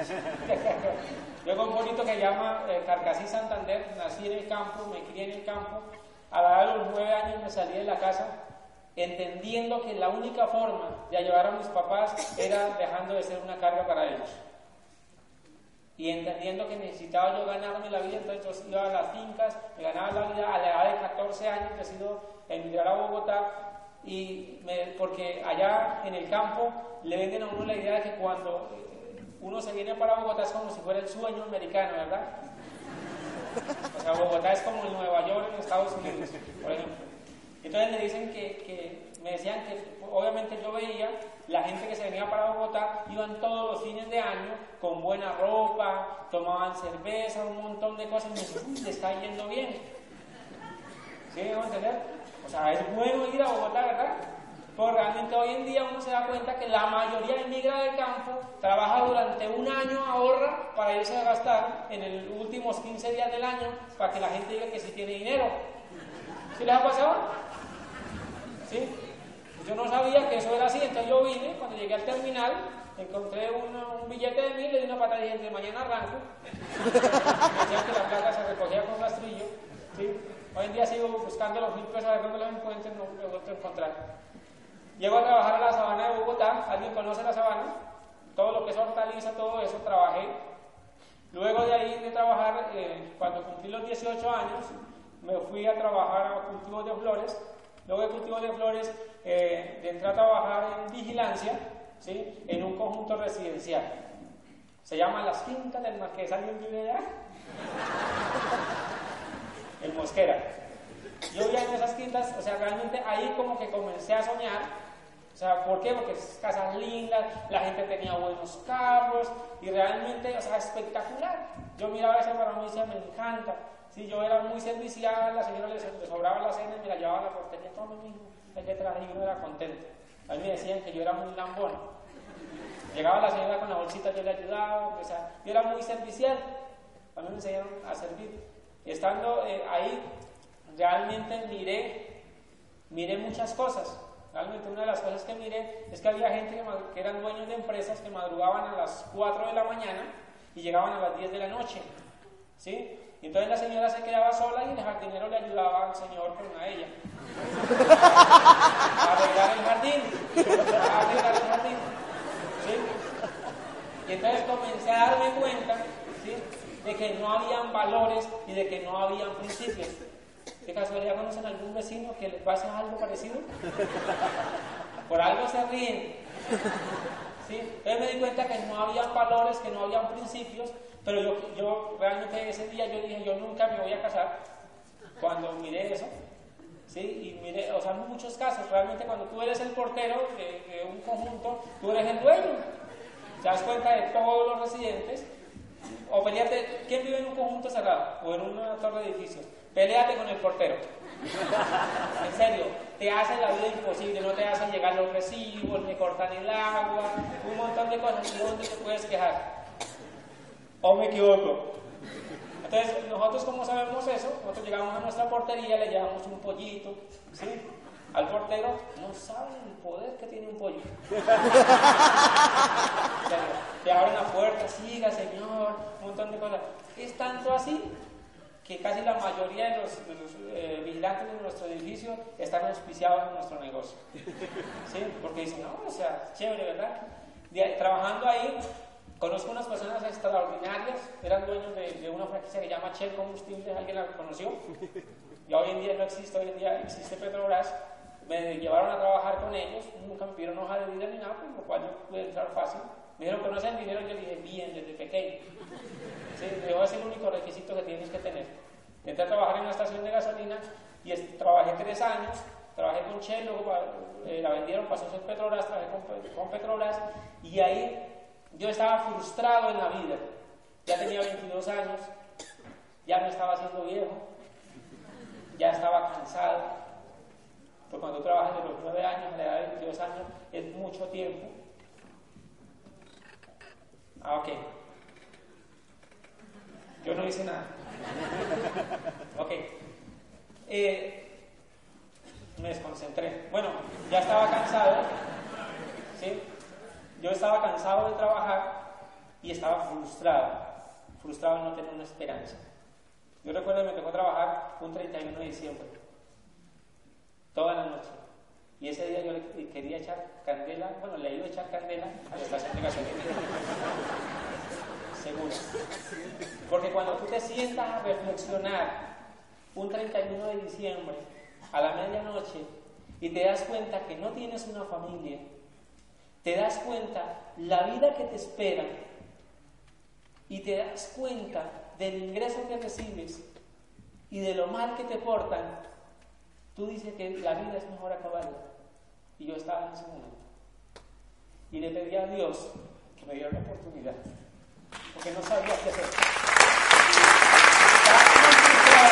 Yo con un bonito que llama Carcasí, Santander, nací en el campo, me crié en el campo. A la edad de los 9 años me salí de la casa, entendiendo que la única forma de ayudar a mis papás era dejando de ser una carga para ellos. Y entendiendo que necesitaba yo ganarme la vida, entonces yo iba a las fincas, me ganaba la vida. A la edad de 14 años decido emigrar a Bogotá, porque allá en el campo le venden a uno la idea de que cuando uno se viene para Bogotá es como si fuera el sueño americano, ¿verdad? O sea, Bogotá es como el Nueva York en Estados Unidos, por ejemplo. Entonces me dicen me decían que obviamente yo veía la gente que se venía para Bogotá, iban todos los fines de año con buena ropa, tomaban cerveza, un montón de cosas, y me decían, le está yendo bien. ¿Sí? ¿Me van a entender? O sea, es bueno ir a Bogotá, ¿verdad? Pero realmente hoy en día uno se da cuenta que la mayoría emigra del campo, trabaja durante un año, ahorra para irse a gastar en los últimos 15 días del año para que la gente diga que sí tiene dinero. ¿Sí les ha pasado? ¿Sí? Yo no sabía que eso era así, entonces yo vine, cuando llegué al terminal, encontré un billete de 1000, le di una patada y dije, de mañana arranco. Me decían que la plata se recogía con rastrillo, ¿sí? Hoy en día sigo buscando los 1000 pesos, a ver dónde los encuentro, no los he vuelto a encontrar. Llego a trabajar a la Sabana de Bogotá. ¿Alguien conoce la Sabana? Todo lo que es hortaliza, todo eso, trabajé. Luego de ahí de trabajar, cuando cumplí los 18 años, me fui a trabajar a cultivos de flores. Luego de cultivos de flores, entré a trabajar en vigilancia, ¿sí? En un conjunto residencial. Se llama Las Fincas del Marqués. ¿Alguien vive allá? El Mosquera. Yo vivía en esas quintas, o sea, realmente ahí como que comencé a soñar. O sea, ¿por qué? Porque es casas lindas, la gente tenía buenos carros y realmente, o sea, espectacular. Yo miraba ese programa y decía, me encanta. Sí, yo era muy servicial, la señora le sobraba la cena y me la llevaba a la portería, tome mijo, hay que traje y uno era contento. A mí me decían que yo era muy lambón. Llegaba la señora con la bolsita, yo le ayudaba, o sea, yo era muy servicial. A mí me enseñaron a servir. Y estando ahí, realmente miré muchas cosas. Realmente una de las cosas que miré es que había gente que eran dueños de empresas que madrugaban a las 4 de la mañana y llegaban a las 10 de la noche, ¿sí? Y entonces la señora se quedaba sola y el jardinero le ayudaba al señor, pero no a ella, a arreglar el jardín, ¿sí? Y entonces comencé a darme cuenta, ¿sí?, de que no habían valores y de que no habían principios. ¿De casualidad conocen a algún vecino que les pase algo parecido? Por algo se ríen. ¿Sí? Entonces me di cuenta que no habían valores, que no habían principios, pero yo realmente ese día yo dije, yo nunca me voy a casar. Cuando miré eso, ¿sí? Y mire, o sea, muchos casos, realmente cuando tú eres el portero de un conjunto, tú eres el dueño. Te das cuenta de todos los residentes. O peleate, ¿quién vive en un conjunto cerrado? O en una torre de edificios. Peleate con el portero. En serio, te hace la vida imposible, no te hacen llegar los recibos, me cortan el agua, un montón de cosas. ¿Y dónde te puedes quejar? ¿O me equivoco? Entonces, nosotros, ¿cómo sabemos eso? Nosotros llegamos a nuestra portería, le llevamos un pollito, ¿sí? Al portero, no saben el poder que tiene un pollo. Te abren la puerta, siga señor, un montón de cosas. Es tanto así que casi la mayoría de los vigilantes de nuestro edificio están auspiciados en nuestro negocio. ¿Sí? Porque dicen, no, o sea, chévere, ¿verdad? Trabajando ahí, conozco unas personas extraordinarias, eran dueños de una franquicia que se llama Shell Combustibles, ¿alguien la conoció? Y hoy en día no existe, hoy en día existe Petrobras. Me llevaron a trabajar con ellos, nunca me pidieron hoja de vida ni nada, por lo cual yo pude entrar fácil. Me dijeron, ¿conocen dinero? Yo dije, bien, desde pequeño. ¿Sí? Ese es el único requisito que tienes que tener. Entré a trabajar en una estación de gasolina y trabajé 3 años, trabajé con Shell, luego la vendieron, pasó a ser Petrobras, trabajé con Petrobras, y ahí yo estaba frustrado en la vida. Ya tenía 22 años, ya me estaba haciendo viejo, ya estaba cansado. Porque cuando tú trabajas de los 9 años a la edad de 22 años es mucho tiempo. Ok. Yo no hice nada. Ok. Me desconcentré. Bueno, ya estaba cansado. ¿Sí? Yo estaba cansado de trabajar y estaba frustrado. Frustrado en no tener una esperanza. Yo recuerdo que me tocó trabajar un 31 de diciembre. Toda la noche. Y ese día yo le quería echar candela, bueno, le iba a echar candela a la estación de gasolina. Seguro. Porque cuando tú te sientas a reflexionar un 31 de diciembre a la medianoche y te das cuenta que no tienes una familia, te das cuenta la vida que te espera y te das cuenta del ingreso que recibes y de lo mal que te portan, tú dices que la vida es mejor acabarla. Y yo estaba en ese momento. Y le pedí a Dios que me diera la oportunidad. Porque no sabía qué hacer. Estaba muy frustrado.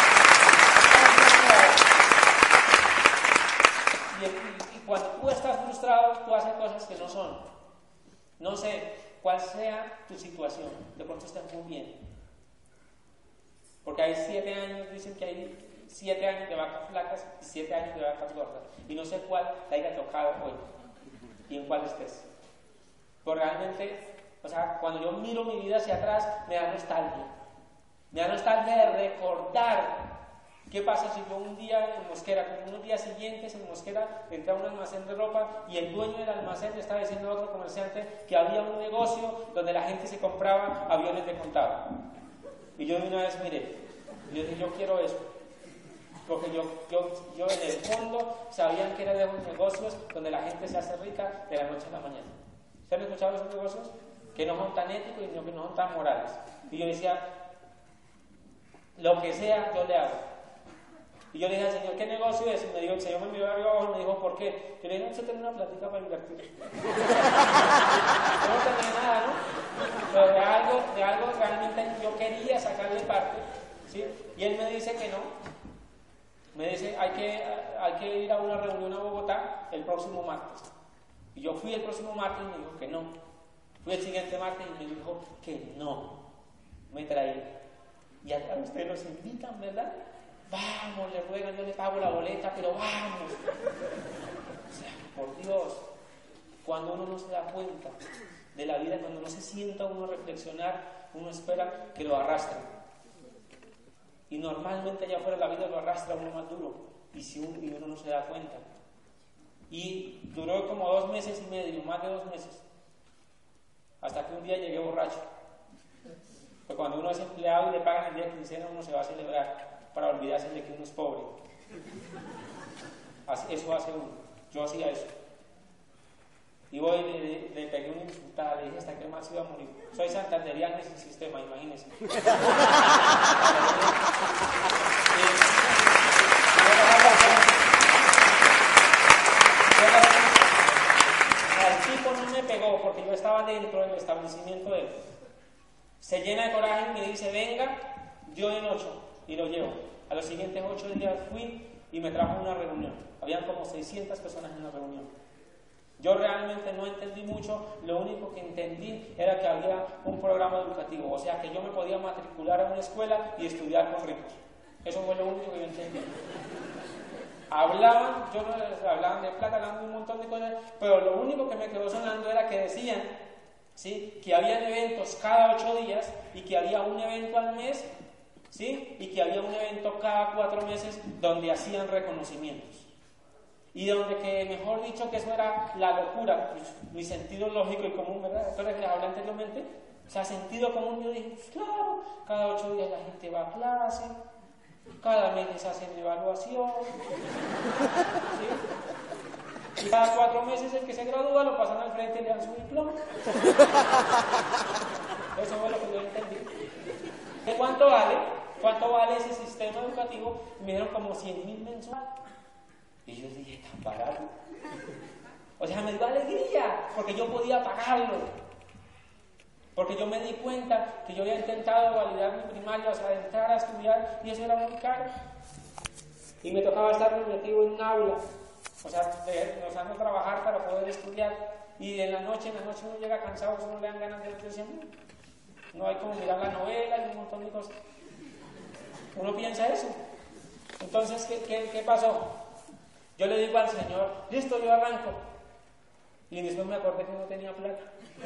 Y cuando tú estás frustrado, tú haces cosas que no son. No sé cuál sea tu situación. De pronto estás muy bien. Porque hay 7 años, dicen que hay 7 años de vacas flacas y 7 años de vacas gordas. Y no sé cuál te haya tocado hoy y en cuál estés. Pero realmente, o sea, cuando yo miro mi vida hacia atrás, me da nostalgia. Me da nostalgia de recordar qué pasa si yo un día en Mosquera, como unos días siguientes en Mosquera, entré a un almacén de ropa y el dueño del almacén le estaba diciendo a otro comerciante que había un negocio donde la gente se compraba aviones de contado. Y yo de una vez miré, y yo dije, yo quiero eso. Porque yo en el fondo sabían que eran de esos negocios donde la gente se hace rica de la noche a la mañana. ¿Ustedes han escuchado esos negocios? Que no son tan éticos y que no son tan morales. Y yo decía, lo que sea, yo le hago. Y yo le dije al Señor, ¿qué negocio es? Y me dijo, el Señor me envió arriba abajo y me dijo, ¿por qué? Yo le dije, no, usted tiene una plática para invertir. Yo no tenía nada, ¿no? Pero de algo realmente yo quería sacarle parte, ¿sí? Y él me dice que no. Me dice, hay que ir a una reunión a Bogotá el próximo martes. Y yo fui el próximo martes y me dijo que no. Fui el siguiente martes y me dijo que no. Me traía. Y acá ustedes los invitan, ¿verdad? Vamos, le ruegan, yo le pago la boleta, pero vamos. O sea, por Dios, cuando uno no se da cuenta de la vida, cuando no se sienta uno a reflexionar, uno espera que lo arrastren. Y normalmente allá afuera la vida lo arrastra a uno más duro. Y uno no se da cuenta. Y duró como 2 meses y medio, más de 2 meses. Hasta que un día llegué borracho. Porque cuando uno es empleado y le pagan el día de quincena, uno se va a celebrar para olvidarse de que uno es pobre. Eso hace uno. Yo hacía eso. Y voy y le pegué una insultada, le dije hasta que más iba a morir. Soy santanderiano y sin sistema, imagínense. Y yo llego, porque yo estaba dentro del establecimiento de él. Se llena de coraje y me dice, venga, yo en 8, y lo llevo. A los siguientes 8 días fui y me trajo a una reunión. Habían como 600 personas en la reunión. Yo realmente no entendí mucho, lo único que entendí era que había un programa educativo, o sea que yo me podía matricular a una escuela y estudiar con ricos. Eso fue lo único que yo entendí. Hablaban de plata, hablaban de un montón de cosas, pero lo único que me quedó sonando era que decían, ¿sí?, que habían eventos cada 8 días y que había un evento al mes, ¿sí?, y que había un evento cada 4 meses donde hacían reconocimientos. Y donde que, mejor dicho, que eso era la locura, pues, mi sentido lógico y común, ¿verdad? Esto les hablé anteriormente, o sea, sentido común, yo dije, pues claro, cada 8 días la gente va a clase, cada mes les hacen evaluación, ¿sí? Y cada 4 meses el que se gradúa lo pasan al frente y le dan su diploma. Eso fue lo que yo entendí. ¿Y cuánto vale? ¿Cuánto vale ese sistema educativo? Y me dieron como 100.000 mensuales. Y yo dije, tan barato. O sea, me dio alegría, porque yo podía pagarlo. Porque yo me di cuenta que yo había intentado validar mi primaria, o sea, entrar a estudiar, y eso era muy caro. Y me tocaba estar metido en un aula, o sea, no trabajar para poder estudiar. Y en la noche uno llega cansado, uno le dan ganas de decir, no hay como mirar la novela y un montón de cosas. Uno piensa eso. Entonces, ¿qué pasó? Yo le digo al Señor, listo, yo arranco. Y después me acordé que no tenía plata.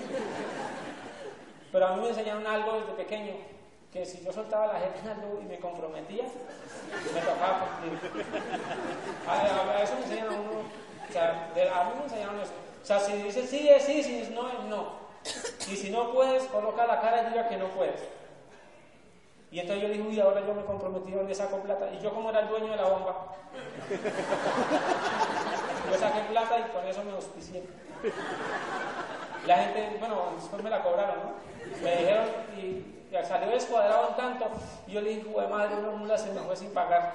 Pero a mí me enseñaron algo desde pequeño, que si yo soltaba la gente algo y me comprometía, me tocaba cumplir. A eso me enseñaron a uno, o sea, a mí me enseñaron eso. O sea, si dices sí, es sí, si dices no, es no. Y si no puedes, coloca la cara y diga que no puedes. Y entonces yo dije, uy, ahora yo me comprometí, ¿dónde saco plata? Y yo, como era el dueño de la bomba, yo saqué plata y con eso me auspicié. La gente, bueno, después me la cobraron, ¿no? Me dijeron, y salió descuadrado en tanto, y yo le dije, güey, madre, una mula se me fue sin pagar.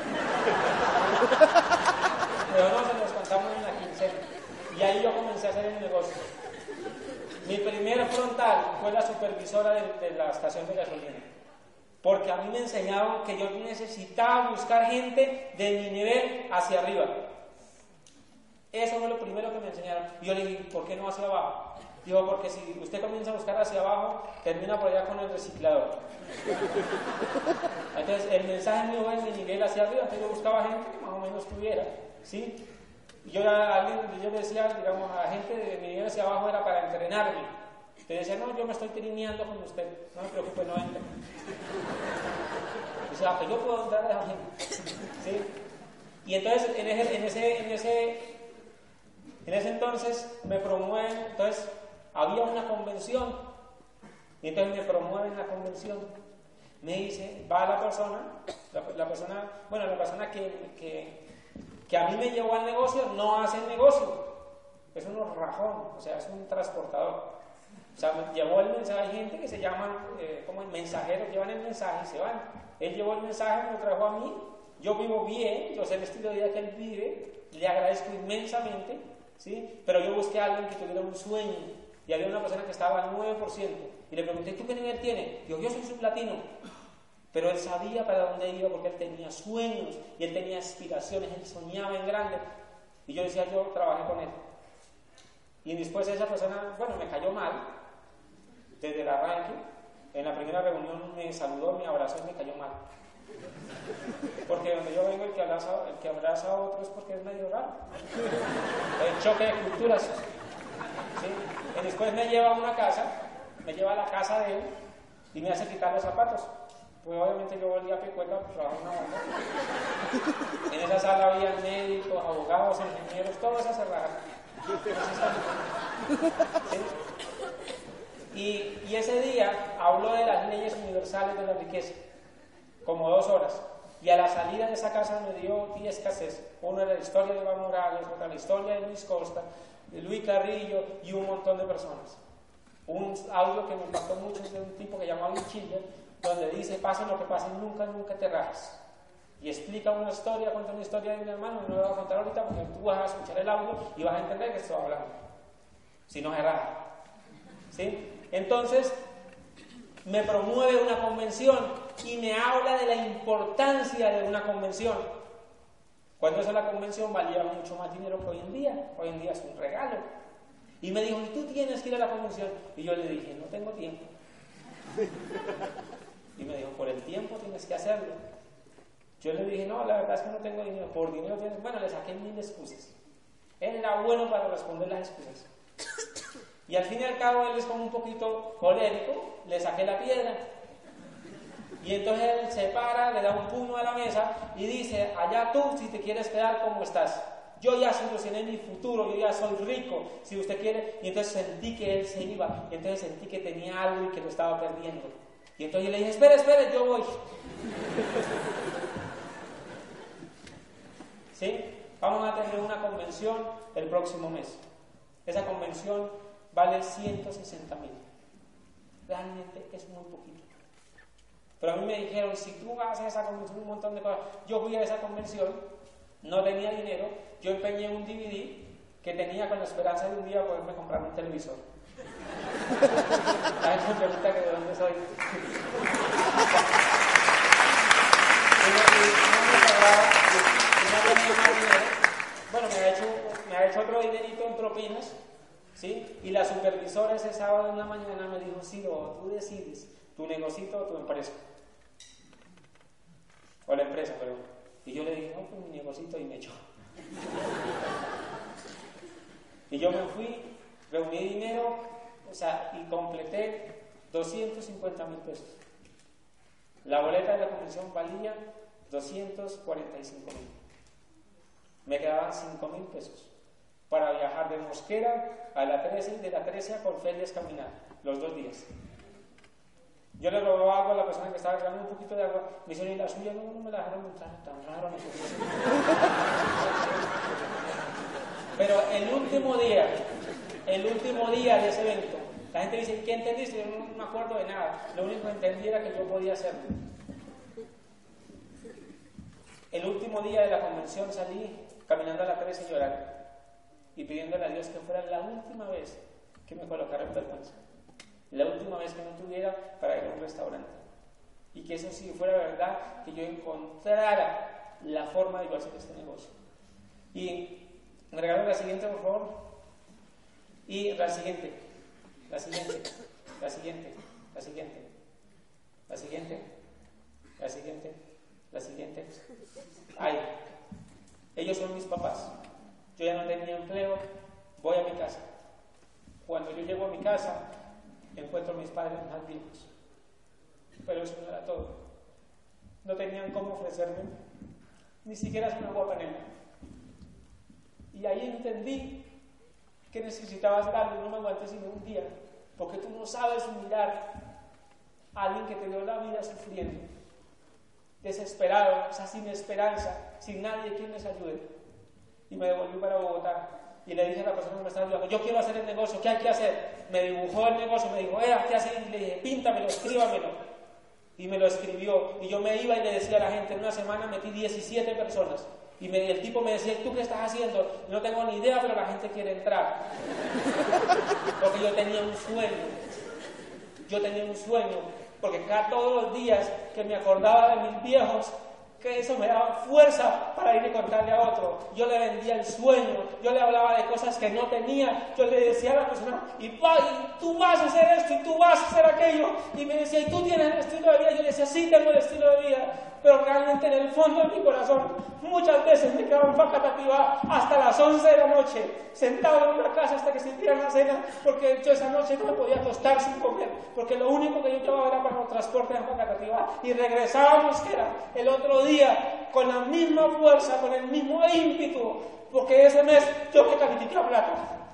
Pero no, se nos contamos en la quincena. Y ahí yo comencé a hacer el negocio. Mi primer frontal fue la supervisora de la estación de gasolina. Porque a mí me enseñaron que yo necesitaba buscar gente de mi nivel hacia arriba. Eso fue lo primero que me enseñaron. Y yo le dije, ¿por qué no hacia abajo? Digo, porque si usted comienza a buscar hacia abajo, termina por allá con el reciclador. Entonces, el mensaje mío es de nivel hacia arriba. Entonces yo buscaba gente que más o menos tuviera, ¿sí? Yo le decía, digamos, a la gente de mi nivel hacia abajo era para entrenarme. Te decía, no, yo me estoy trineando con usted, no me preocupe, no entre. Dice, pues yo puedo entrar a la gente, ¿sí? Y entonces, en ese entonces me promueven, entonces había una convención, y entonces me promueven la convención. Me dice, va la persona que a mí me llevó al negocio, no hace el negocio, es un rajón, o sea, es un transportador. O sea, me llevó el mensaje. Hay gente que se llaman como el mensajero, llevan el mensaje y se van. Él llevó el mensaje, me lo trajo a mí. Yo vivo bien, yo sé el estilo de vida que él vive, le agradezco inmensamente, ¿sí? Pero yo busqué a alguien que tuviera un sueño. Y había una persona que estaba al 9%. Y le pregunté, ¿tú qué nivel tienes? Dijo, yo soy sublatino. Pero él sabía para dónde iba porque él tenía sueños y él tenía aspiraciones, él soñaba en grande. Y yo decía, yo trabajé con él. Y después esa persona, bueno, me cayó mal. Desde el arranque, en la primera reunión me saludó, me abrazó y me cayó mal. Porque donde yo vengo, el que abraza a otro es porque es medio raro. El choque de culturas. ¿Sí? Y después me lleva a una casa, me lleva a la casa de él y me hace quitar los zapatos. Pues obviamente yo volví a Pecueca, pues trabajaba en una banda. En esa sala había médicos, abogados, ingenieros, todo eso se raja. ¿Sí? Y ese día habló de las leyes universales de la riqueza, como 2 horas. Y a la salida de esa casa me dio 10 cassettes. Uno era la historia de Iván Morales, otra la historia de Luis Costa, de Luis Carrillo y un montón de personas. Un audio que me impactó mucho es de un tipo que llamaba Chile, donde dice, pase lo que pase, nunca te rajes. Y explica una historia, cuenta una historia de un hermano, no lo voy a contar ahorita porque tú vas a escuchar el audio y vas a entender que estoy hablando. Si no se raja. ¿sí? Entonces, me promueve una convención y me habla de la importancia de una convención. Cuando esa la convención valía mucho más dinero que hoy en día. Hoy en día es un regalo. Y me dijo, ¿y tú tienes que ir a la convención? Y yo le dije, no tengo tiempo. Y me dijo, por el tiempo tienes que hacerlo. Yo le dije, no, la verdad es que no tengo dinero. Por dinero tienes... Bueno, le saqué 1000 excusas. Él era bueno para responder las excusas. Y al fin y al cabo él es como un poquito colérico, le saqué la piedra. Y entonces él se para, le da un puño a la mesa y dice, allá tú si te quieres quedar como estás. Yo ya solucioné mi futuro, yo ya soy rico, si usted quiere. Y entonces sentí que él se iba, y entonces sentí que tenía algo y que lo estaba perdiendo. Y entonces yo le dije, espere, yo voy. ¿Sí? Vamos a tener una convención el próximo mes. Esa convención vale 160,000. Realmente es muy poquito. Pero a mí me dijeron, si tú vas a esa convención, un montón de cosas. Yo fui a esa convención, no tenía dinero, yo empeñé un DVD que tenía con la esperanza de un día poderme comprar un televisor. La gente me pregunta que de dónde soy. Bueno, me ha hecho otro dinerito en propinas, ¿sí? Y la supervisora ese sábado en la mañana me dijo, Ciro, tú decides, tu negocito o tu empresa. O la empresa, perdón. Y yo le dije, no, pues mi negocito, y me echó. Y yo me fui, reuní dinero, y completé 250,000 pesos. La boleta de la convención valía 245,000. Me quedaban 5,000 pesos para viajar de Mosquera a la 13 y de la 13 a Corferias caminar, los 2 días. Yo le robaba agua a la persona que estaba echando un poquito de agua. Me dice, ¿y la suya? No me la dejaron entrar, tan raro. No sé. Pero el último día de ese evento, la gente dice, ¿qué entendiste? Yo no me acuerdo de nada. Lo único que entendí era que yo podía hacerlo. El último día de la convención salí caminando a la 13 llorando y pidiéndole a Dios que fuera la última vez que me colocara en vergüenza. La última vez que no tuviera para ir a un restaurante. Y que eso sí fuera verdad, que yo encontrara la forma de yo hacer este negocio. Y me regalan la siguiente, por favor. Y la siguiente. Ay, ellos son mis papás. Yo ya no tenía empleo, voy a mi casa. Cuando yo llego a mi casa, encuentro a mis padres más viejos. Pero eso no era todo. No tenían cómo ofrecerme ni siquiera una agua panela. Y ahí entendí que necesitabas darle, no me aguanté sino un día, porque tú no sabes mirar a alguien que te dio la vida sufriendo, desesperado, sin esperanza, sin nadie quien les ayude. Y me devolví para Bogotá y le dije a la persona que me estaba ayudando, yo quiero hacer el negocio, ¿qué hay que hacer? Me dibujó el negocio, me dijo, ¿qué hacer? Y le dije, píntamelo, escríbamelo. Y me lo escribió, y yo me iba y le decía a la gente, en una semana metí 17 personas. Y el tipo me decía, ¿tú qué estás haciendo? No tengo ni idea, pero la gente quiere entrar. Porque yo tenía un sueño. Porque todos los días que me acordaba de mis viejos, que eso me daba fuerza para ir y contarle a otro. Yo le vendía el sueño, yo le hablaba de cosas que no tenía, yo le decía a la persona, y tú vas a hacer esto, y tú vas a hacer aquello, y me decía, ¿y tú tienes el estilo de vida? Yo le decía, sí, tengo el estilo de vida, pero realmente en el fondo de mi corazón, muchas veces me quedaba en Facatativá hasta las 11 de la noche, sentado en una casa hasta que se hiciera la cena, porque yo esa noche no me podía acostar sin comer, porque lo único que yo llevaba era para los transportes en Facatativá, y regresábamos, que era el otro día, con la misma fuerza, con el mismo ímpetu, porque ese mes yo que califiqué a plata.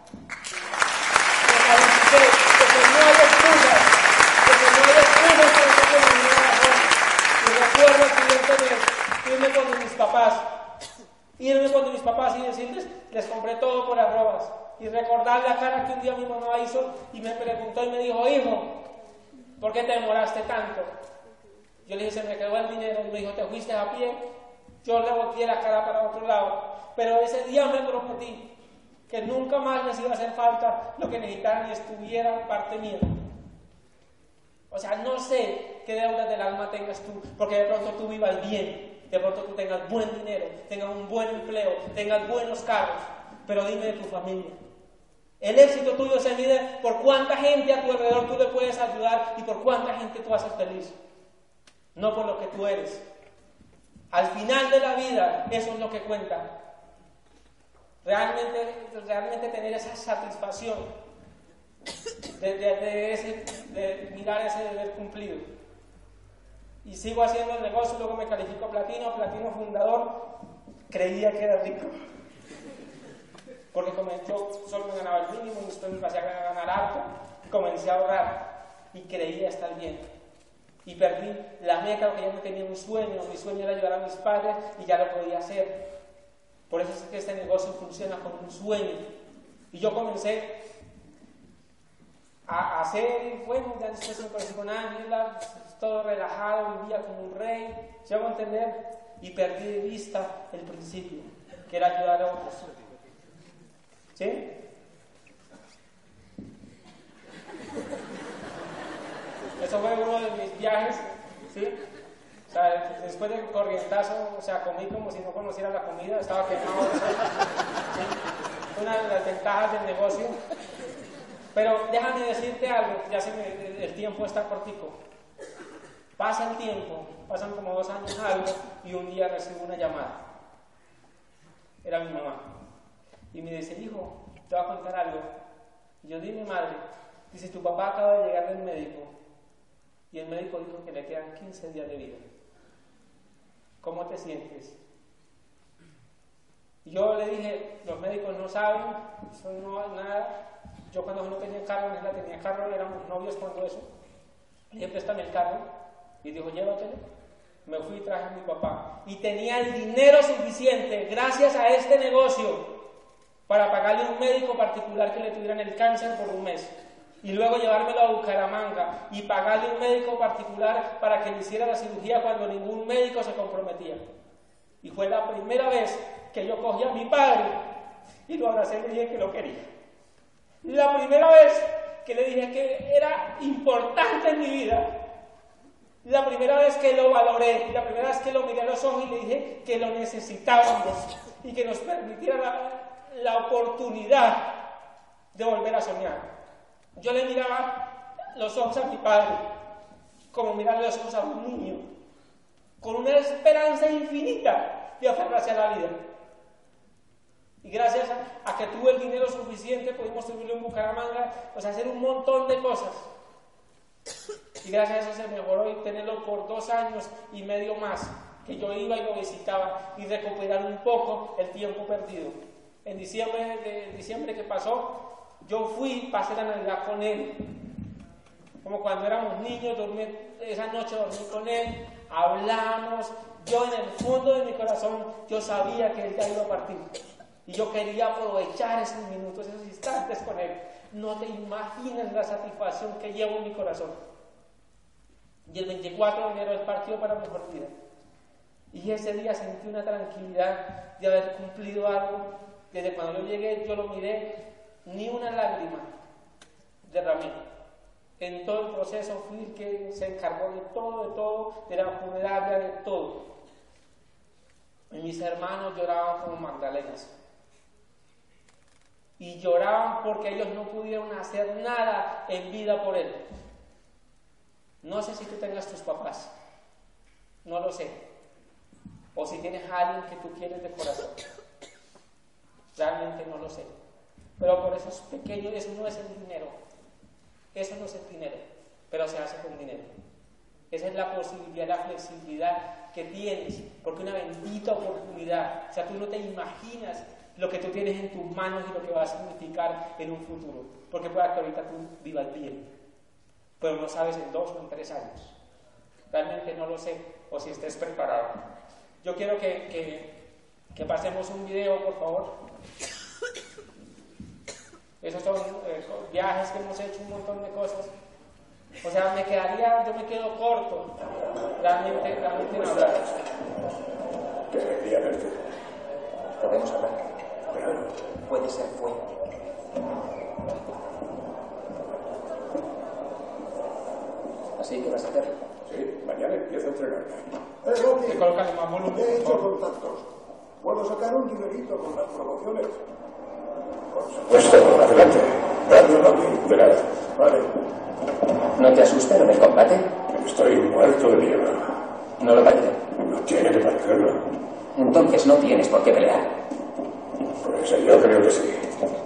Me califiqué, porque no hay excusas para hacer mi vida mejor. Y recuerdo el siguiente mes, irme con mis papás y decirles, les compré todo por arrobas. Y recordar la cara que un día mi mamá hizo y me preguntó y me dijo, hijo, ¿por qué te demoraste tanto? Yo le dije, se me quedó el dinero. Y me dijo, ¿te fuiste a pie? Yo le volteé la cara para otro lado. Pero ese día me prometí que nunca más les iba a hacer falta lo que necesitaran y estuviera de parte mía. O sea, no sé qué deudas del alma tengas tú, porque de pronto tú vivas bien, de pronto tú tengas buen dinero, tengas un buen empleo, tengas buenos carros, pero dime de tu familia. El éxito tuyo se mide por cuánta gente a tu alrededor tú le puedes ayudar y por cuánta gente tú haces feliz, no por lo que tú eres. Al final de la vida, eso es lo que cuenta. Realmente tener esa satisfacción de mirar ese deber cumplido. Y sigo haciendo el negocio, luego me califico platino fundador. Creía que era rico, porque yo solo me ganaba el mínimo y después me pasé a ganar alto, comencé a ahorrar y creía estar bien. Y perdí la meta porque yo no tenía un sueño. Mi sueño era ayudar a mis padres y ya lo podía hacer. Por eso es que este negocio funciona con un sueño. Y yo comencé a hacer, bueno, ya después me conocí con Ángela, todo relajado, vivía como un rey, ¿llego a entender? Y perdí de vista el principio, que era ayudar a otros. ¿Sí? Eso fue uno de mis viajes, ¿sí? O sea, después del corrientazo, o sea, comí como si no conociera la comida, estaba quemado. ¿Sí? Una de las ventajas del negocio. Pero déjame decirte algo, ya el tiempo está cortico. Pasa el tiempo, pasan como 2 años algo, y un día recibo una llamada. Era mi mamá. Y me dice, hijo, te voy a contar algo. Y yo, dime, madre. Dice, tu papá acaba de llegar del médico. Y el médico dijo que le quedan 15 días de vida. ¿Cómo te sientes? Y yo le dije, los médicos no saben, eso no es nada. Yo cuando no tenía carro, no tenía carro, éramos novios cuando eso. Le dije, préstame el carro. Y dijo, llévatelo. Me fui y traje a mi papá. Y tenía el dinero suficiente, gracias a este negocio, para pagarle a un médico particular que le tuvieran el cáncer por un mes. Y luego llevármelo a Bucaramanga y pagarle a un médico particular para que le hiciera la cirugía cuando ningún médico se comprometía. Y fue la primera vez que yo cogí a mi padre y lo abracé y le dije que lo quería. La primera vez que le dije que era importante en mi vida. La primera vez que lo valoré, la primera vez que lo miré a los ojos y le dije que lo necesitábamos y que nos permitiera la oportunidad de volver a soñar. Yo le miraba los ojos a mi padre, como mirar los ojos a un niño, con una esperanza infinita de aferrarse a la vida. Y gracias a que tuve el dinero suficiente, pudimos subirlo en Bucaramanga, pues hacer un montón de cosas. Y gracias a eso se mejoró y tenerlo por 2 años y medio más, que yo iba y lo visitaba y recuperar un poco el tiempo perdido. En diciembre que pasó, yo fui, pasé la Navidad con él, como cuando éramos niños, esa noche dormí con él, hablamos, yo en el fondo de mi corazón, yo sabía que él ya iba a partir, y yo quería aprovechar esos minutos, esos instantes con él. No te imaginas la satisfacción que llevo en mi corazón. Y el 24 de enero él partió para mejor vida, y ese día sentí una tranquilidad de haber cumplido algo. Desde cuando yo llegué, yo lo miré, ni una lágrima derramé. En todo el proceso fui el que se encargó de todo, de la funeraria, de todo. Y mis hermanos lloraban como magdalenas. Y lloraban porque ellos no pudieron hacer nada en vida por él. No sé si tú tengas tus papás, no lo sé. O si tienes a alguien que tú quieres de corazón. Realmente no lo sé. Pero por esos pequeños, eso no es el dinero. Eso no es el dinero, pero se hace con dinero. Esa es la posibilidad, la flexibilidad que tienes, porque una bendita oportunidad. O sea, tú no te imaginas lo que tú tienes en tus manos y lo que va a significar en un futuro. Porque puede que ahorita tú vivas bien, pero no sabes en 2 o en 3 años. Realmente no lo sé, o si estés preparado. Yo quiero que pasemos un video, por favor. Esos son viajes que hemos hecho, un montón de cosas. O sea, yo me quedo corto, realmente en hablar. Qué alegría verte. Podemos hablar. Claro. puede ser fuente. ¿Así que vas a hacerlo? Sí, mañana empiezo a entrenarme. Te colocan más volumen. He hecho contactos. ¿Puedo sacar un dinerito con las promociones? Por supuesto, adelante. Gracias, Rocky. De nada. Vale. ¿No te asusta lo del combate? Estoy muerto de miedo. ¿No lo parece? No tiene que parecerlo. Entonces no tienes por qué pelear. Pues yo creo que sí.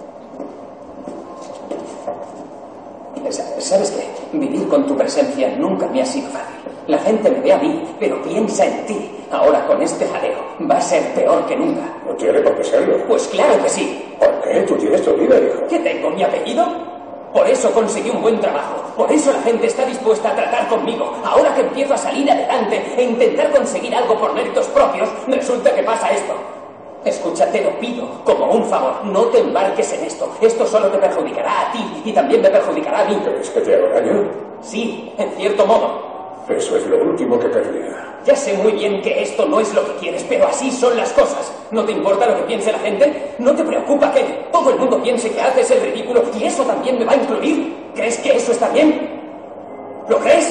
¿Sabes qué? Vivir con tu presencia nunca me ha sido fácil. La gente me ve a mí, pero piensa en ti. Ahora con este jaleo va a ser peor que nunca. No tiene por qué serlo. Pues claro que sí. ¿Por qué? Tú tienes tu vida, hijo. ¿Qué tengo? ¿Mi apellido? Por eso conseguí un buen trabajo. Por eso la gente está dispuesta a tratar conmigo. Ahora que empiezo a salir adelante e intentar conseguir algo por méritos propios, resulta que pasa esto. Escucha, te lo pido, como un favor, no te embarques en esto. Esto solo te perjudicará a ti y también me perjudicará a mí. ¿Crees que te hago daño? Sí, en cierto modo. Eso es lo último que querría. Ya sé muy bien que esto no es lo que quieres, pero así son las cosas. ¿No te importa lo que piense la gente? ¿No te preocupa que todo el mundo piense que haces el ridículo y eso también me va a incluir? ¿Crees que eso está bien? ¿Lo crees?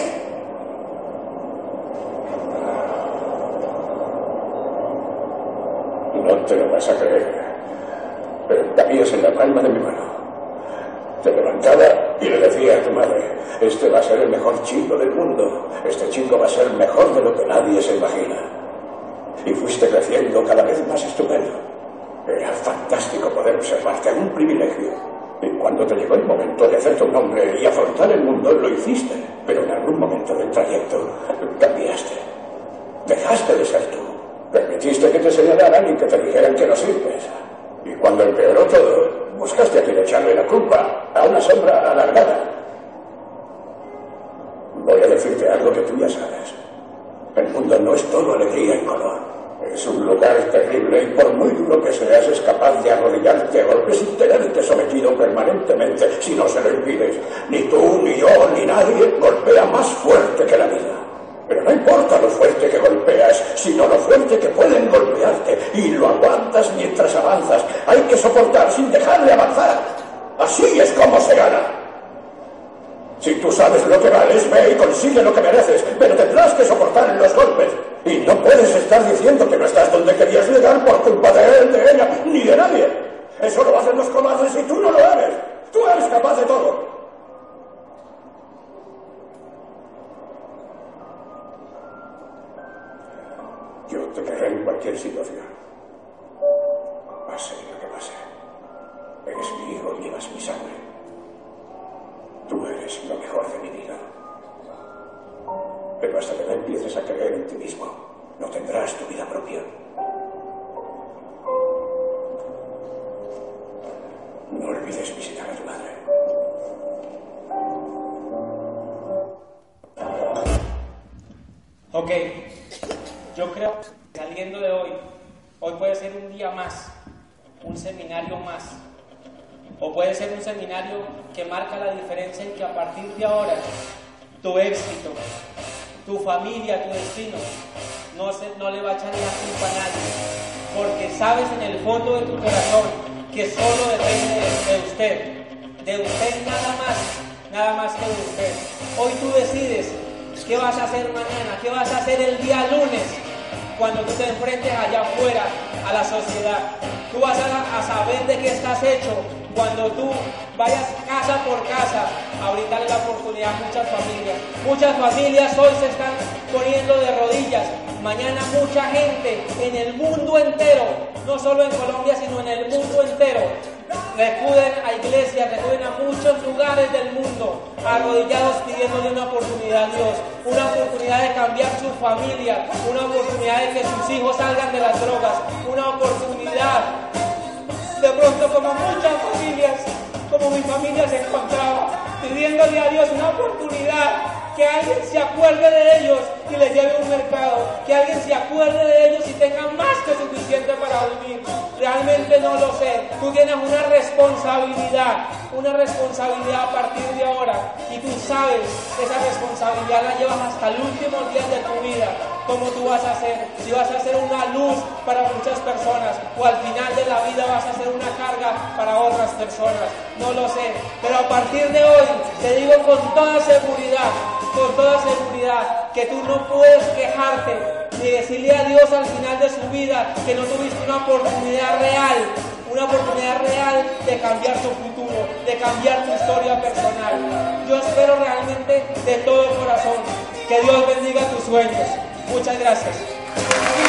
No te lo vas a creer, pero cabías en la palma de mi mano. Te levantaba y le decía a tu madre: este va a ser el mejor chico del mundo, este chico va a ser mejor de lo que nadie se imagina. Y fuiste creciendo cada vez más estupendo. Era fantástico poder observarte, un privilegio. Y cuando te llegó el momento de hacerte un hombre y afrontar el mundo, lo hiciste. Pero en algún momento del trayecto cambiaste. Dejaste de ser tú. Permitiste que te señalaran y que te dijeran que no sirves. Y cuando empeoró todo, buscaste a quien echarle la culpa, a una sombra alargada. Voy a decirte algo que tú ya sabes. El mundo no es todo alegría y color. Es un lugar terrible y por muy duro que seas, es capaz de arrodillarte a golpes y tenerte sometido permanentemente si no se lo impides. Ni tú, ni yo, ni nadie golpea más fuerte que la vida. Pero no importa lo fuerte que golpeas, sino lo fuerte que pueden golpearte. Y lo aguantas mientras avanzas. Hay que soportar sin dejar de avanzar. Así es como se gana. Si tú sabes lo que vales, ve y consigue lo que mereces. Pero tendrás que soportar los golpes. Y no puedes estar diciendo que no estás donde querías llegar por culpa de él, de ella, ni de nadie. Eso lo hacen los cobardes y tú no lo eres. Tú eres capaz de todo. Yo te querré en cualquier situación. Pase lo que pase. Eres mi hijo y llevas mi sangre. Tú eres lo mejor de mi vida. Pero hasta que no empieces a creer en ti mismo, no tendrás tu vida propia. No olvides visitar a tu madre. Ok, yo creo que saliendo de hoy puede ser un día más, un seminario más, o puede ser un seminario que marca la diferencia en que a partir de ahora tu éxito, tu familia, tu destino, no le va a echar la culpa a nadie, porque sabes en el fondo de tu corazón que solo depende de usted nada más que de usted. Hoy tú decides qué vas a hacer mañana, qué vas a hacer el día lunes, cuando tú te enfrentes allá afuera a la sociedad. Tú vas a saber de qué estás hecho cuando tú vayas casa por casa a brindarle la oportunidad a muchas familias. Muchas familias hoy se están poniendo de rodillas. Mañana mucha gente en el mundo entero, no solo en Colombia, sino en el mundo entero, recuden a iglesias, recuden a muchos lugares del mundo, arrodillados pidiéndole una oportunidad a Dios, una oportunidad de cambiar su familia, una oportunidad de que sus hijos salgan de las drogas, una oportunidad, de pronto como muchas familias, como mi familia se encontraba, pidiéndole a Dios una oportunidad, que alguien se acuerde de ellos y les lleve un mercado, que alguien se acuerde de ellos y tenga más que suficiente para vivir. Realmente no lo sé. Tú tienes una responsabilidad una responsabilidad a partir de ahora y tú sabes que esa responsabilidad la llevas hasta el último día de tu vida. ¿Cómo tú vas a hacer? Si vas a ser una luz para muchas personas o al final de la vida vas a ser una carga para otras personas, no lo sé, pero a partir de hoy te digo con toda seguridad que tú no puedes quejarte ni decirle a Dios al final de su vida que no tuviste una oportunidad real de cambiar tu futuro, de cambiar tu historia personal. Yo espero realmente de todo corazón que Dios bendiga tus sueños. Muchas gracias.